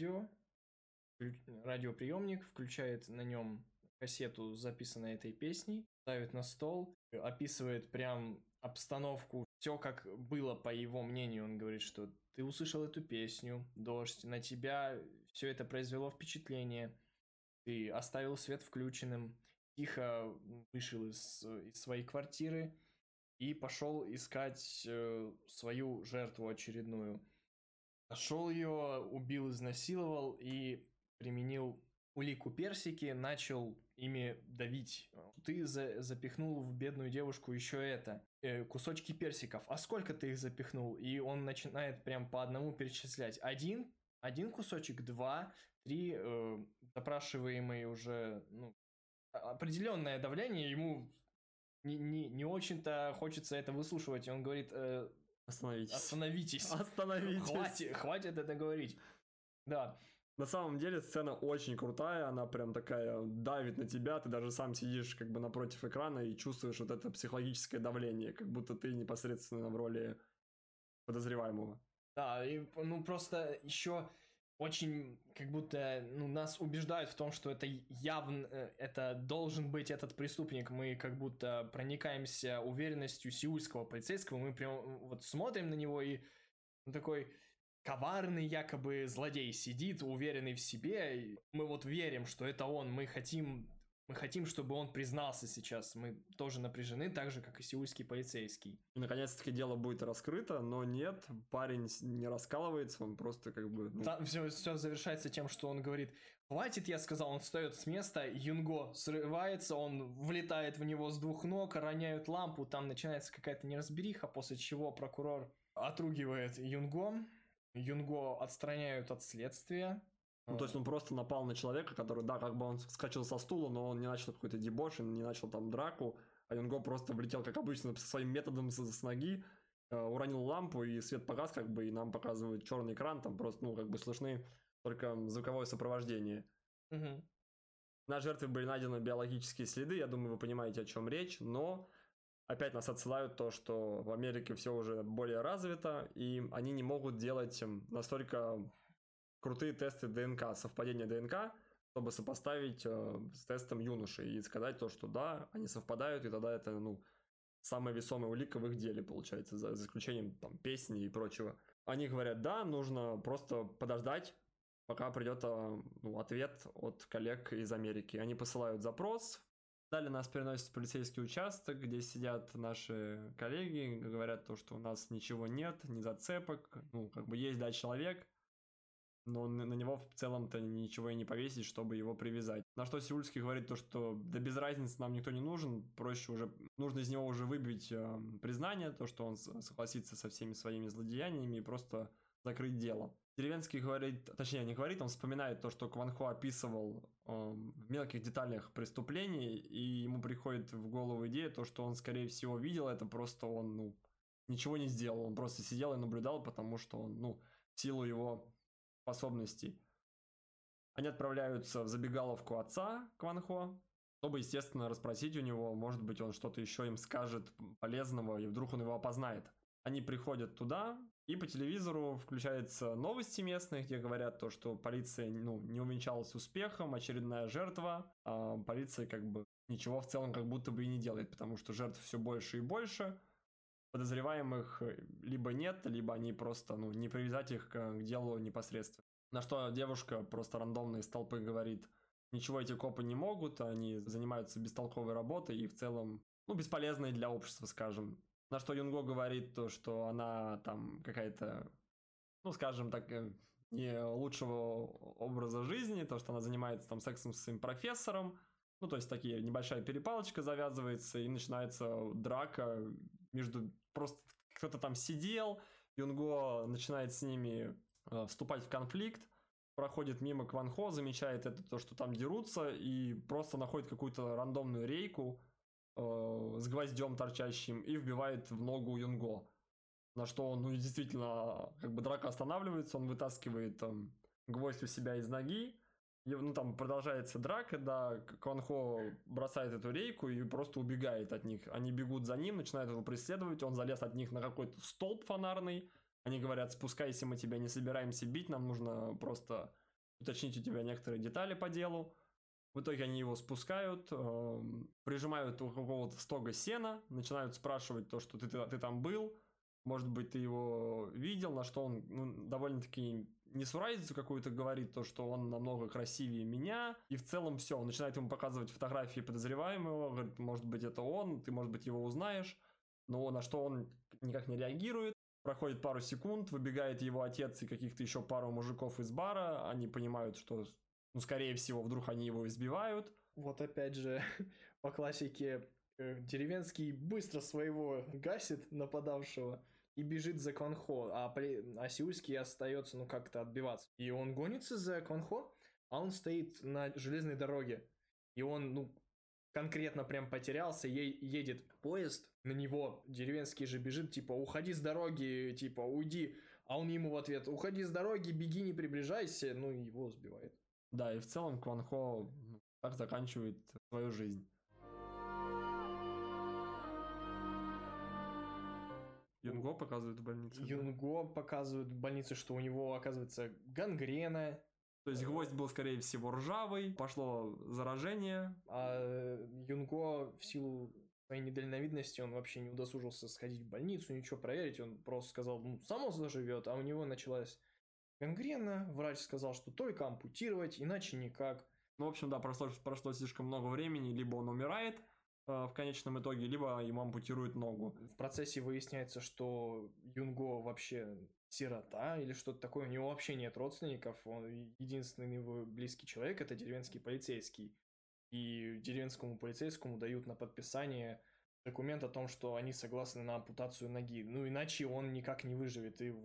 радиоприемник, включает на нем кассету с записанной этой песней, ставит на стол, описывает прям обстановку, все как было по его мнению. Он говорит, что ты услышал эту песню, дождь, на тебя все это произвело впечатление, ты оставил свет включенным, тихо вышел из своей квартиры и пошел искать свою жертву очередную. Нашел ее, убил, изнасиловал и применил улику персики, начал ими давить. Ты запихнул в бедную девушку еще это, кусочки персиков. А сколько ты их запихнул? И он начинает прям по одному перечислять. Один кусочек, 2, 3, допрашиваемый уже, ну, определенное давление, ему не очень-то хочется это выслушивать. И он говорит... Остановитесь. Хватит это говорить. Да. На самом деле сцена очень крутая, она прям такая давит на тебя, ты даже сам сидишь как бы напротив экрана и чувствуешь вот это психологическое давление, как будто ты непосредственно в роли подозреваемого. Да, и ну просто еще очень как будто нас убеждают в том, что это явно, это должен быть этот преступник. Мы как будто проникаемся уверенностью сеульского полицейского, мы прям вот смотрим на него, и он такой коварный якобы злодей сидит, уверенный в себе. И мы вот верим, что это он, мы хотим, чтобы он признался сейчас. Мы тоже напряжены, так же, как и сеульский полицейский. И наконец-таки дело будет раскрыто, но нет, парень не раскалывается, он просто как бы... Ну... Там все завершается тем, что он говорит, хватит, я сказал, он встает с места, Юнго срывается, он влетает в него с двух ног, роняют лампу, там начинается какая-то неразбериха, после чего прокурор отругивает Юнго отстраняют от следствия. Ну, то есть он просто напал на человека, который, да, как бы он вскочил со стула, но он не начал какой-то дебош, не начал там драку, а Юнго просто влетел, как обычно, своим методом с ноги, уронил лампу, и свет погас, как бы, и нам показывают черный экран, там просто, ну, как бы слышны только звуковое сопровождение. Угу. На жертве были найдены биологические следы, я думаю, вы понимаете, о чем речь, но опять нас отсылают то, что в Америке все уже более развито, и они не могут делать настолько крутые тесты ДНК, совпадение ДНК, чтобы сопоставить с тестом юноши и сказать то, что да, они совпадают, и тогда это, ну, самая весомая улика в их деле, получается, за исключением там песни и прочего. Они говорят, да, нужно просто подождать, пока придет ответ от коллег из Америки. Они посылают запрос. Далее нас переносят в полицейский участок, где сидят наши коллеги, говорят то, что у нас ничего нет, ни зацепок, ну, как бы есть, да, человек, но на него в целом-то ничего и не повесить, чтобы его привязать. На что Сеульский говорит то, что да без разницы, нам никто не нужен, проще уже, нужно из него уже выбить признание, то, что он согласится со всеми своими злодеяниями и просто закрыть дело. Деревенский говорит, точнее не говорит, он вспоминает то, что Кван Хо описывал в мелких деталях преступлений, и ему приходит в голову идея, то, что он, скорее всего, видел это, просто он, ну, ничего не сделал, он просто сидел и наблюдал, потому что он, ну, в силу его способностей. Они отправляются в забегаловку отца Кван Хо, чтобы, естественно, расспросить у него, может быть, он что-то еще им скажет полезного, и вдруг он его опознает. Они приходят туда, и по телевизору включаются новости местные, где говорят то, что полиция не увенчалась успехом, очередная жертва, а полиция как бы ничего в целом как будто бы и не делает, потому что жертв все больше и больше, подозреваемых либо нет, либо они просто не привязать их к делу непосредственно. На что девушка просто рандомно из толпы говорит: ничего эти копы не могут, они занимаются бестолковой работой и в целом, бесполезной для общества, скажем. На что Юнго говорит то, что она там какая-то, скажем так, не лучшего образа жизни, то, что она занимается там сексом с своим профессором. То есть такие небольшая перепалочка завязывается, и начинается драка между... Просто кто-то там сидел, Юнго начинает с ними вступать в конфликт, проходит мимо Кван Хо, замечает это, то, что там дерутся, и просто находит какую-то рандомную рейку с гвоздем торчащим и вбивает в ногу Юнго. На что он, действительно, как бы драка останавливается, он вытаскивает гвоздь у себя из ноги, и, там продолжается драка, да, Кван Хо бросает эту рейку и просто убегает от них. Они бегут за ним, начинают его преследовать, он залез от них на какой-то столб фонарный. Они говорят: спускайся, мы тебя не собираемся бить, нам нужно просто уточнить у тебя некоторые детали по делу. В итоге они его спускают, прижимают у какого-то стога сена, начинают спрашивать то, что ты там был, может быть, ты его видел, на что он довольно-таки несуразицу какую-то говорит, то, что он намного красивее меня, и в целом все, он начинает ему показывать фотографии подозреваемого, говорит: может быть, это он, ты, может быть, его узнаешь, но на что он никак не реагирует. Проходит пару секунд, выбегает его отец и каких-то еще пару мужиков из бара, они понимают, что, скорее всего, вдруг они его избивают. Вот опять же, по классике, деревенский быстро своего гасит нападавшего и бежит за Кван Хо, а сеульский остается, как-то отбиваться. И он гонится за Кван Хо, а он стоит на железной дороге. И он, конкретно прям потерялся, едет поезд, на него деревенский же бежит, типа: уходи с дороги, типа уйди. А он ему в ответ: уходи с дороги, беги, не приближайся, и его сбивает. Да, и в целом Кван Хо так заканчивает свою жизнь. Юнго показывают в больнице. Юнго показывают в больнице, что у него, оказывается, гангрена. То есть гвоздь был, скорее всего, ржавый, пошло заражение. А Юнго в силу своей недальновидности, он вообще не удосужился сходить в больницу, ничего проверить, он просто сказал: само заживет, а у него началась гангрена, врач сказал, что только ампутировать, иначе никак. В общем, да, прошло слишком много времени, либо он умирает в конечном итоге, либо ему ампутируют ногу. В процессе выясняется, что Юнго вообще сирота или что-то такое, у него вообще нет родственников, он единственный его близкий человек — это деревенский полицейский. И деревенскому полицейскому дают на подписание документ о том, что они согласны на ампутацию ноги. Иначе он никак не выживет. И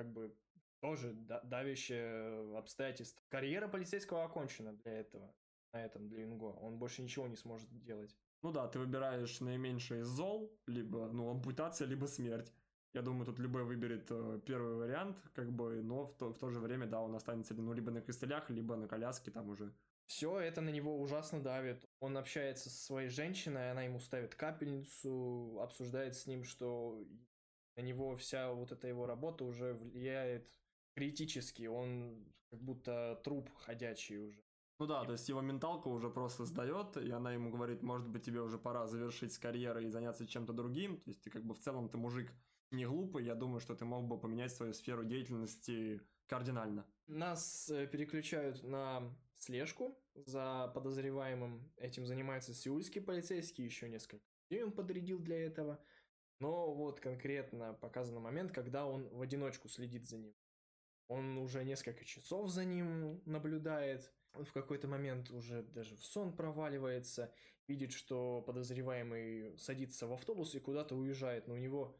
тоже давящее обстоятельство. Карьера полицейского окончена для этого. На этом для Юнго. Он больше ничего не сможет делать. Да, ты выбираешь наименьшее из зол, либо ампутация, либо смерть. Я думаю, тут любой выберет первый вариант, но в то же время, да, он останется либо на костылях, либо на коляске там уже. Все это на него ужасно давит. Он общается со своей женщиной, она ему ставит капельницу, обсуждает с ним, что на него вся вот эта его работа уже влияет критически. Он как будто труп ходячий уже. То есть его менталка уже просто сдает, и она ему говорит: может быть, тебе уже пора завершить с карьерой и заняться чем-то другим. То есть ты в целом ты мужик не глупый, я думаю, что ты мог бы поменять свою сферу деятельности кардинально. Нас переключают на слежку за подозреваемым. Этим занимается сеульский полицейский, еще несколько людей он подрядил для этого. Но конкретно показан момент, когда он в одиночку следит за ним. Он уже несколько часов за ним наблюдает. Он в какой-то момент уже даже в сон проваливается, видит, что подозреваемый садится в автобус и куда-то уезжает, но у него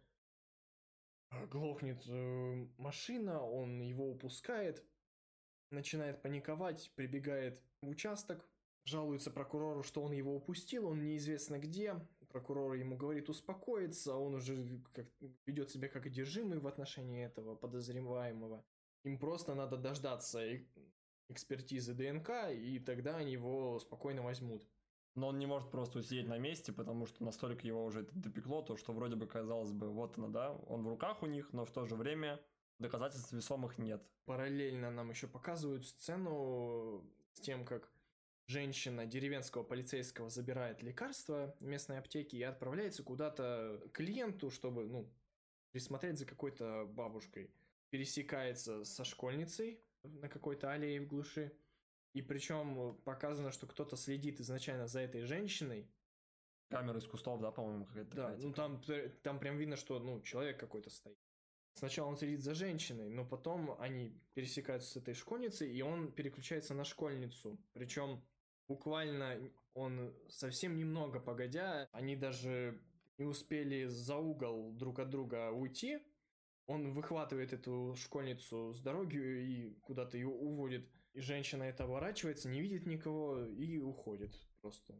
глохнет машина, он его упускает, начинает паниковать, прибегает в участок, жалуется прокурору, что он его упустил, он неизвестно где. Прокурор ему говорит успокоиться, он уже ведет себя как одержимый в отношении этого подозреваемого. Им просто надо дождаться экспертизы ДНК, и тогда они его спокойно возьмут. Но он не может просто усидеть на месте, потому что настолько его уже это допекло, то что вроде бы, казалось бы, вот оно, да, он в руках у них, но в то же время доказательств весомых нет. Параллельно нам еще показывают сцену с тем, как женщина деревенского полицейского забирает лекарства в местной аптеке и отправляется куда-то к клиенту, чтобы, присмотреть за какой-то бабушкой. Пересекается со школьницей на какой-то аллее в глуши. И причем показано, что кто-то следит изначально за этой женщиной. Камера из кустов, да, по-моему, какая-то Да, такая. там прям видно, что, человек какой-то стоит. Сначала он следит за женщиной, но потом они пересекаются с этой школьницей, и он переключается на школьницу. Причем буквально он совсем немного погодя, они даже не успели за угол друг от друга уйти. Он выхватывает эту школьницу с дороги и куда-то ее уводит. И женщина это оборачивается, не видит никого и уходит просто.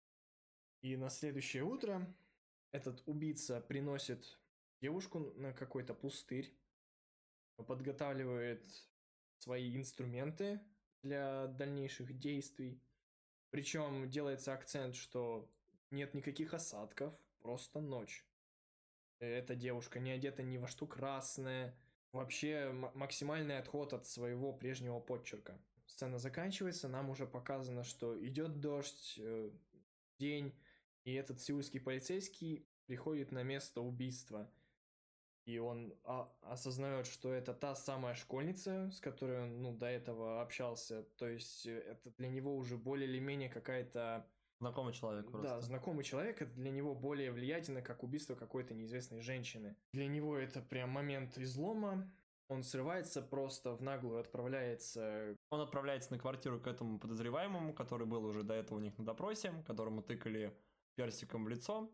И на следующее утро этот убийца приносит девушку на какой-то пустырь, подготавливает свои инструменты для дальнейших действий. Причем делается акцент, что нет никаких осадков, просто ночь. Эта девушка не одета ни во что красное. Вообще максимальный отход от своего прежнего подчерка. Сцена заканчивается, нам уже показано, что идет дождь, день, и этот сеульский полицейский приходит на место убийства. И он осознает, что это та самая школьница, с которой он до этого общался. То есть это для него уже более или менее какая-то... Знакомый человек просто. Да, знакомый человек, это для него более влиятельно, как убийство какой-то неизвестной женщины. Для него это прям момент излома. Он срывается просто, в наглую отправляется... Он отправляется на квартиру к этому подозреваемому, который был уже до этого у них на допросе, которому тыкали персиком в лицо.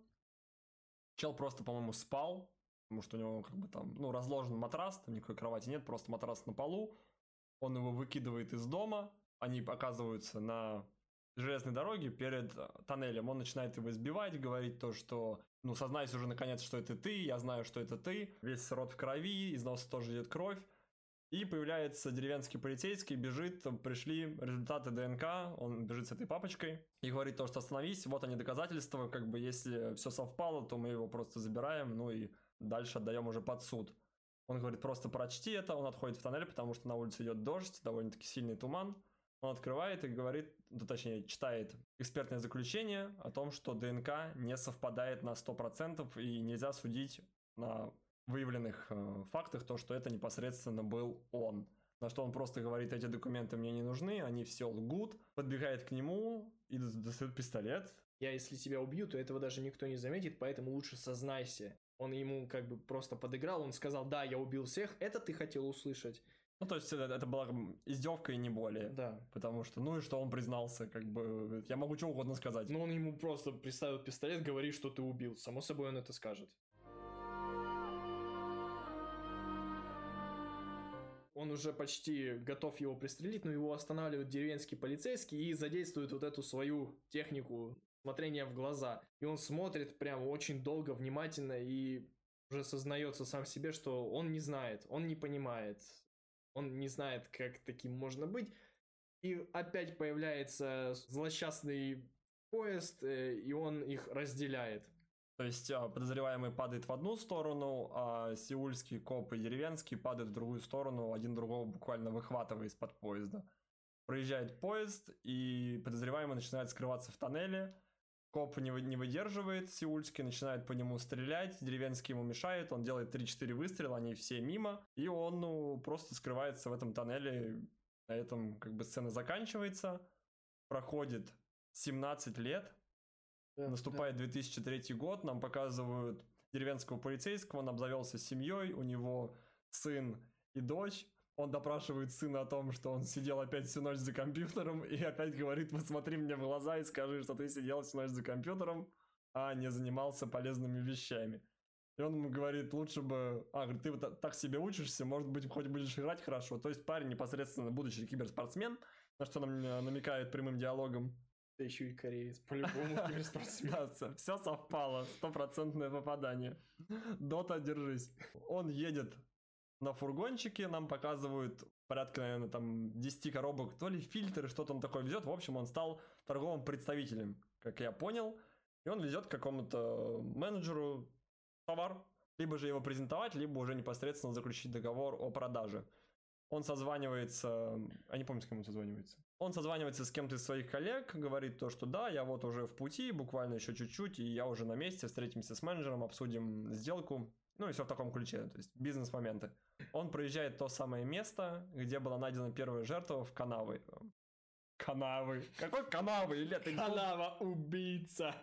Чел просто, по-моему, спал, потому что у него как бы там, разложен матрас, там никакой кровати нет, просто матрас на полу. Он его выкидывает из дома, они оказываются на железной дороге перед тоннелем. Он начинает его избивать, говорить то, что, сознайся уже наконец, что это ты, я знаю, что это ты. Весь рот в крови, из носа тоже идет кровь. И появляется деревенский полицейский, бежит, пришли результаты ДНК, он бежит с этой папочкой и говорит то, что остановись, вот они доказательства, как бы если все совпало, то мы его просто забираем, и дальше отдаем уже под суд. Он говорит, просто прочти это, он отходит в тоннель, потому что на улице идет дождь, довольно-таки сильный туман. Он открывает и говорит, точнее, читает экспертное заключение о том, что ДНК не совпадает на 100% и нельзя судить на выявленных фактах то, что это непосредственно был он. На что он просто говорит, эти документы мне не нужны, они все лгут, подбегает к нему и достает пистолет. Если тебя убью, то этого даже никто не заметит, поэтому лучше сознайся. Он ему как бы просто подыграл, он сказал, да, я убил всех, это ты хотел услышать. То есть это была издевка и не более. Да. Потому что, и что он признался, как бы, я могу что угодно сказать. Он ему просто приставил пистолет, говорит, что ты убил. Само собой он это скажет. Он уже почти готов его пристрелить, но его останавливает деревенский полицейский и задействует вот эту свою технику смотрения в глаза. И он смотрит прям очень долго, внимательно и уже сознается сам себе, что он не знает, он не понимает. Он не знает, как таким можно быть. И опять появляется злосчастный поезд, и он их разделяет. То есть подозреваемый падает в одну сторону, а сеульский коп и деревенский падают в другую сторону, один другого буквально выхватывая из-под поезда. Проезжает поезд, и подозреваемый начинает скрываться в тоннеле. Коп не выдерживает, сеульский начинает по нему стрелять, деревенский ему мешает, он делает 3-4 выстрела, они все мимо, и он просто скрывается в этом тоннеле. На этом как бы сцена заканчивается. Проходит 17 лет. Наступает 2003 год, нам показывают деревенского полицейского, он обзавелся семьей, у него сын и дочь. Он допрашивает сына о том, что он сидел опять всю ночь за компьютером, и опять говорит, посмотри мне в глаза и скажи, что ты сидел всю ночь за компьютером, а не занимался полезными вещами. И он ему говорит, лучше бы... говорит, ты вот так себе учишься, может быть, хоть будешь играть хорошо. То есть парень непосредственно будущий киберспортсмен, на что нам намекает прямым диалогом. Да еще и кореец, по-любому киберспортсмен. Да, все совпало, 100% попадание. Дота, держись. Он едет на фургончике нам показывают порядка, наверное, там 10 коробок, то ли фильтры, что там такое везет. В общем, он стал торговым представителем, как я понял. И он везет к какому-то менеджеру товар, либо же его презентовать, либо уже непосредственно заключить договор о продаже. Он созванивается, не помню, с кем он созванивается. Он созванивается с кем-то из своих коллег, говорит то, что да, я вот уже в пути, буквально еще чуть-чуть, и я уже на месте, встретимся с менеджером, обсудим сделку. Ну и все в таком ключе, то есть бизнес-моменты. Он проезжает то самое место, где была найдена первая жертва в канавы. Канавы? Какой канавы? Или это Канава-убийца!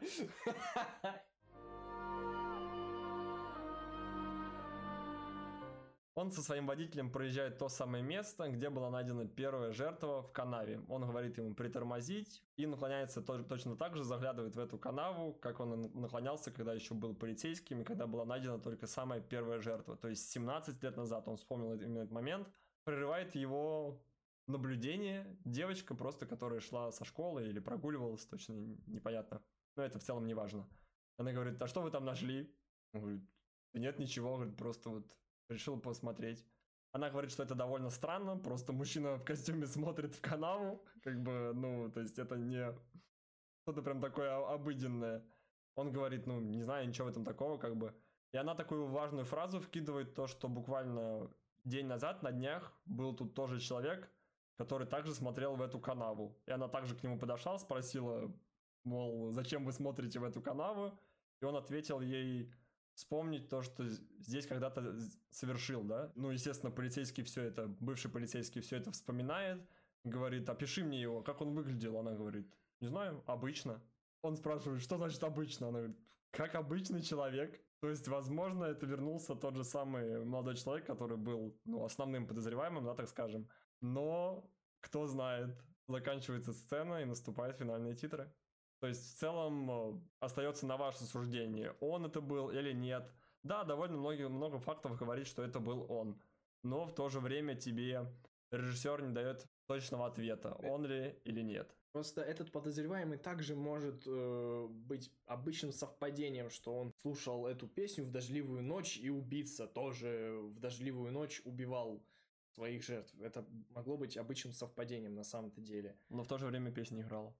Он со своим водителем проезжает то самое место, где была найдена первая жертва в канаве. Он говорит ему притормозить и наклоняется точно так же, заглядывает в эту канаву, как он наклонялся, когда еще был полицейским, и когда была найдена только самая первая жертва. То есть 17 лет назад он вспомнил именно этот момент. Прерывает его наблюдение девочка просто, которая шла со школы или прогуливалась, точно непонятно. Но это в целом не важно. Она говорит, а что вы там нашли? Он говорит, нет ничего, говорит, просто вот... решил посмотреть. Она говорит, что это довольно странно, просто мужчина в костюме смотрит в канаву, как бы, ну, то есть это не что-то прям такое обыденное. Он говорит, ну, не знаю, ничего в этом такого, как бы. И она такую важную фразу вкидывает, то, что буквально день назад, на днях, был тут тоже человек, который также смотрел в эту канаву. И она также к нему подошла, спросила, мол, зачем вы смотрите в эту канаву? И он ответил ей... вспомнить то, что здесь когда-то совершил, да? Ну, естественно, полицейский все это, бывший полицейский все это вспоминает, говорит, опиши мне его, как он выглядел, она говорит, не знаю, обычно. Он спрашивает, что значит обычно? Она говорит, как обычный человек. То есть, возможно, это вернулся тот же самый молодой человек, который был, ну, основным подозреваемым, да, так скажем. Но, кто знает, заканчивается сцена и наступают финальные титры. То есть, в целом, остается на ваше суждение, он это был или нет. Да, довольно много фактов говорит, что это был он. Но в то же время тебе режиссер не дает точного ответа, он ли или нет. Просто этот подозреваемый также может быть обычным совпадением, что он слушал эту песню в дождливую ночь, и убийца тоже в дождливую ночь убивал своих жертв. Это могло быть обычным совпадением на самом-то деле. Но в то же время песня играла.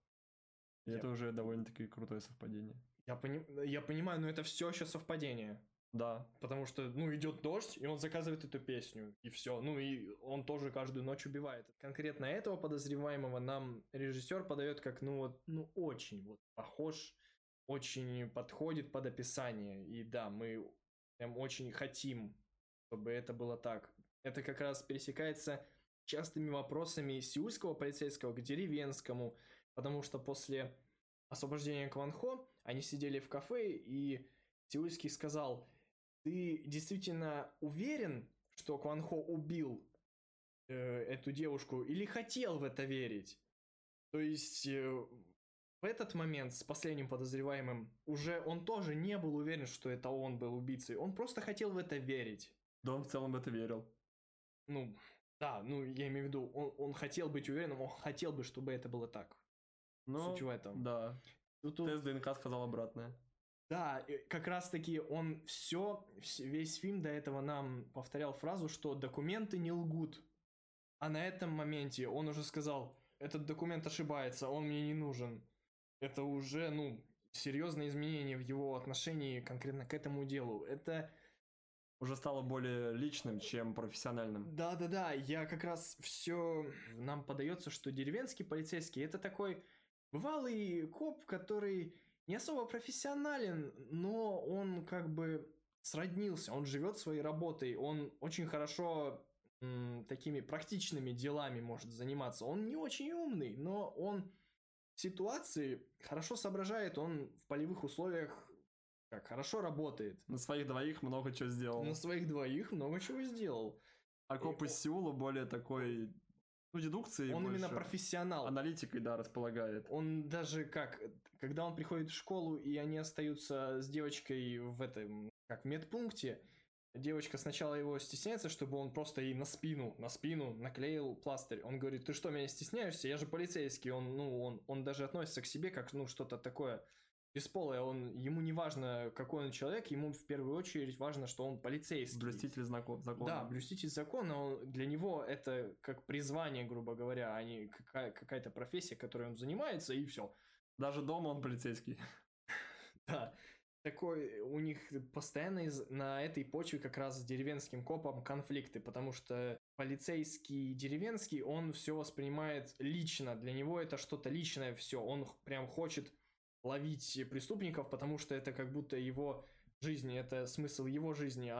И это уже довольно-таки крутое совпадение. Я понимаю, но это все еще совпадение. Да. Потому что, ну, идет дождь, и он заказывает эту песню, и все. Ну, и он тоже каждую ночь убивает. Конкретно этого подозреваемого нам режиссер подает как, ну, вот, ну, очень вот похож, очень подходит под описание. И да, мы прям очень хотим, чтобы это было так. Это как раз пересекается частыми вопросами сеульского полицейского к деревенскому, потому что после освобождения Кван Хо они сидели в кафе, и сеульский сказал, ты действительно уверен, что Кван Хо убил эту девушку, или хотел в это верить? То есть в этот момент с последним подозреваемым уже он тоже не был уверен, что это он был убийцей, он просто хотел в это верить. Да, он в целом в это верил. Ну, да, ну я имею в виду, он хотел быть уверенным, он хотел бы, чтобы это было так. Ну, суть в этом. Да. Тут... Тест ДНК сказал обратное. Да, как раз таки он весь фильм до этого нам повторял фразу, что документы не лгут. А на этом моменте он уже сказал, этот документ ошибается, он мне не нужен. Это уже, ну, серьезное изменение в его отношении конкретно к этому делу. Это... уже стало более личным, чем профессиональным. Да, я как раз все... Нам подается, что деревенский полицейский это такой бывалый коп, который не особо профессионален, но он как бы сроднился, он живет своей работой, он очень хорошо такими практичными делами может заниматься. Он не очень умный, но он в ситуации хорошо соображает, он в полевых условиях как хорошо работает. На своих двоих много чего сделал. На своих двоих много чего сделал. А коп из Сеула более такой... ну, дедукцией он больше, именно профессионал. Аналитикой, да, располагает. Он даже когда он приходит в школу, и они остаются с девочкой в этом, как в медпункте, девочка сначала его стесняется, чтобы он просто ей на спину наклеил пластырь. Он говорит, ты что, меня стесняешься? Я же полицейский. Он даже относится к себе как, ну, что-то такое бесполый, ему не важно, какой он человек, ему в первую очередь важно, что он полицейский. Блюститель закона. Да, блюститель закона, для него это как призвание, грубо говоря, а не какая-то профессия, которой он занимается, и все. Даже дома он полицейский. Да. Такой у них постоянно на этой почве как раз с деревенским копом конфликты, потому что полицейский деревенский, он все воспринимает лично, для него это что-то личное все, он прям хочет ловить преступников, потому что это как будто его жизнь, это смысл его жизни,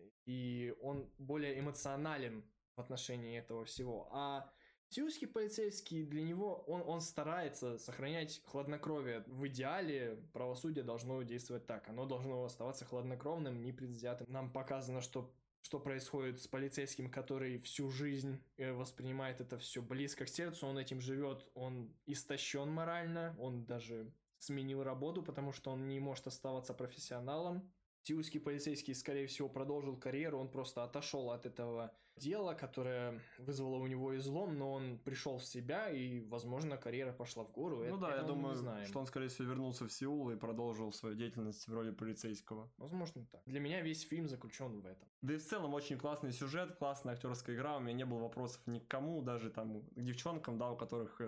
и он более эмоционален в отношении этого всего. А сеульский полицейский, для него, он старается сохранять хладнокровие. В идеале правосудие должно действовать так. Оно должно оставаться хладнокровным, непредвзятым. Нам показано, что происходит с полицейским, который всю жизнь воспринимает это все близко к сердцу, он этим живет, он истощен морально, он даже сменил работу, потому что он не может оставаться профессионалом. Сеульский полицейский, скорее всего, продолжил карьеру, он просто отошел от этого дела, которое вызвало у него излом, но он пришел в себя, и, возможно, карьера пошла в гору. Ну да, я думаю, что он, скорее всего, вернулся в Сеул и продолжил свою деятельность в роли полицейского. Возможно, так. Для меня весь фильм заключен в этом. Да и в целом очень классный сюжет, классная актерская игра, у меня не было вопросов ни к кому, даже там к девчонкам, да, у которых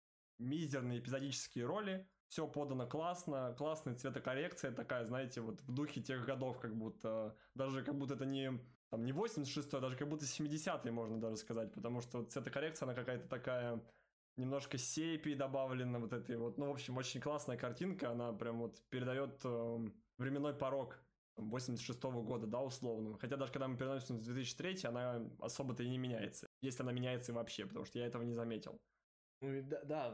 мизерные эпизодические роли. Все подано классно, классная цветокоррекция такая, знаете, вот в духе тех годов, как будто, даже как будто это не 86-й, а даже как будто 70-й, можно даже сказать, потому что цветокоррекция, она какая-то такая, немножко сепии добавлена вот этой вот, ну, в общем, очень классная картинка, она прям вот передает временной порог 86-го года, да, условно, хотя даже когда мы переносимся в 2003, она особо-то и не меняется, если она меняется вообще, потому что я этого не заметил. Ну, да,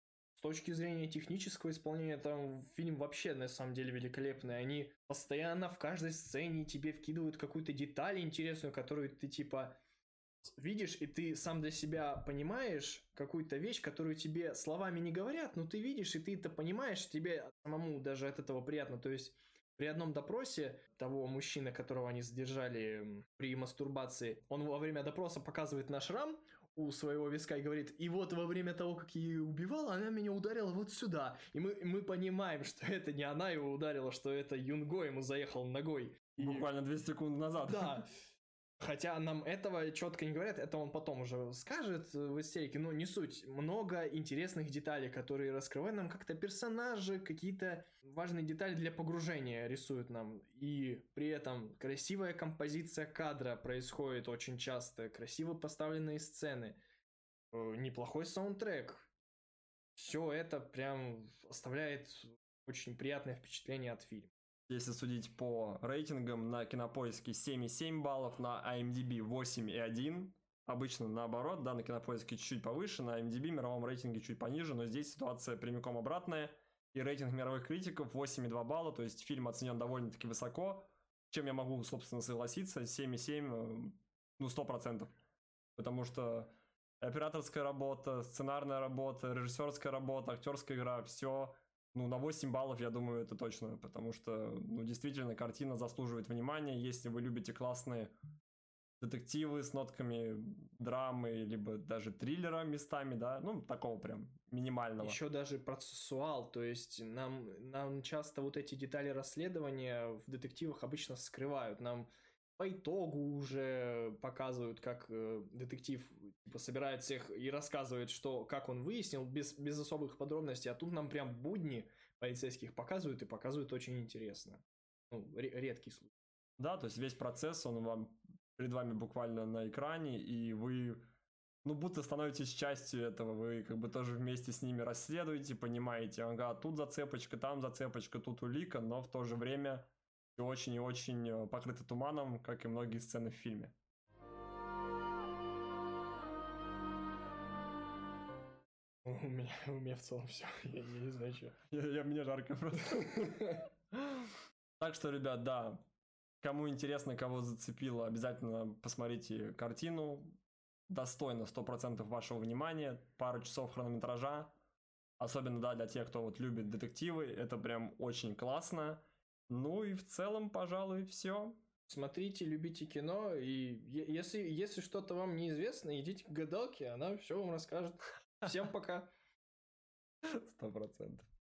с точки зрения технического исполнения, там фильм вообще на самом деле великолепный. Они постоянно в каждой сцене тебе вкидывают какую-то деталь интересную, которую ты типа видишь, и ты сам для себя понимаешь какую-то вещь, которую тебе словами не говорят, но ты видишь, и ты это понимаешь, тебе самому даже от этого приятно. То есть при одном допросе того мужчины, которого они задержали при мастурбации, он во время допроса показывает на шрам у своего виска и говорит, и вот во время того, как я ее убивала, она меня ударила вот сюда. И мы понимаем, что это не она его ударила, что это Юнго ему заехал ногой. Буквально 2 секунды назад. Да. Хотя нам этого четко не говорят, это он потом уже скажет в истерике, но не суть. Много интересных деталей, которые раскрывают нам как-то персонажи, какие-то важные детали для погружения рисуют нам. И при этом красивая композиция кадра происходит очень часто, красиво поставленные сцены, неплохой саундтрек. Все это прям оставляет очень приятное впечатление от фильма. Если судить по рейтингам, на Кинопоиске 7,7 баллов, на IMDb 8,1. Обычно наоборот, да, на Кинопоиске чуть-чуть повыше, на IMDb мировом рейтинге чуть пониже, но здесь ситуация прямиком обратная. И рейтинг мировых критиков 8,2 балла, то есть фильм оценен довольно-таки высоко, с чем я могу, собственно, согласиться, 7,7, ну, 100%. Потому что операторская работа, сценарная работа, режиссерская работа, актерская игра, все... Ну, на 8 баллов, я думаю, это точно, потому что, ну, действительно, картина заслуживает внимания. Если вы любите классные детективы с нотками драмы, либо даже триллера местами, да, ну, такого прям минимального. Еще даже процессуал, то есть нам часто вот эти детали расследования в детективах обычно скрывают. Нам по итогу уже показывают, как детектив типа, собирает всех и рассказывает, как он выяснил, без особых подробностей. А тут нам прям будни полицейских показывают, и показывают очень интересно. Ну, редкий случай. Да, то есть весь процесс, он перед вами буквально на экране, и вы, ну, будто становитесь частью этого. Вы как бы тоже вместе с ними расследуете, понимаете, ага, тут зацепочка, тут улика, но в то же время очень и очень покрыты туманом, как и многие сцены в фильме. У меня в целом все. Я не знаю, что. Мне жарко просто. Так что, ребят, да, кому интересно, кого зацепило, обязательно посмотрите картину. Достойно 100% вашего внимания. Пару часов хронометража. Особенно, да, для тех, кто вот любит детективы. Это прям очень классно. Ну и в целом, пожалуй, все. Смотрите, любите кино, и если что-то вам неизвестно, идите к гадалке, она все вам расскажет. Всем пока. 100%.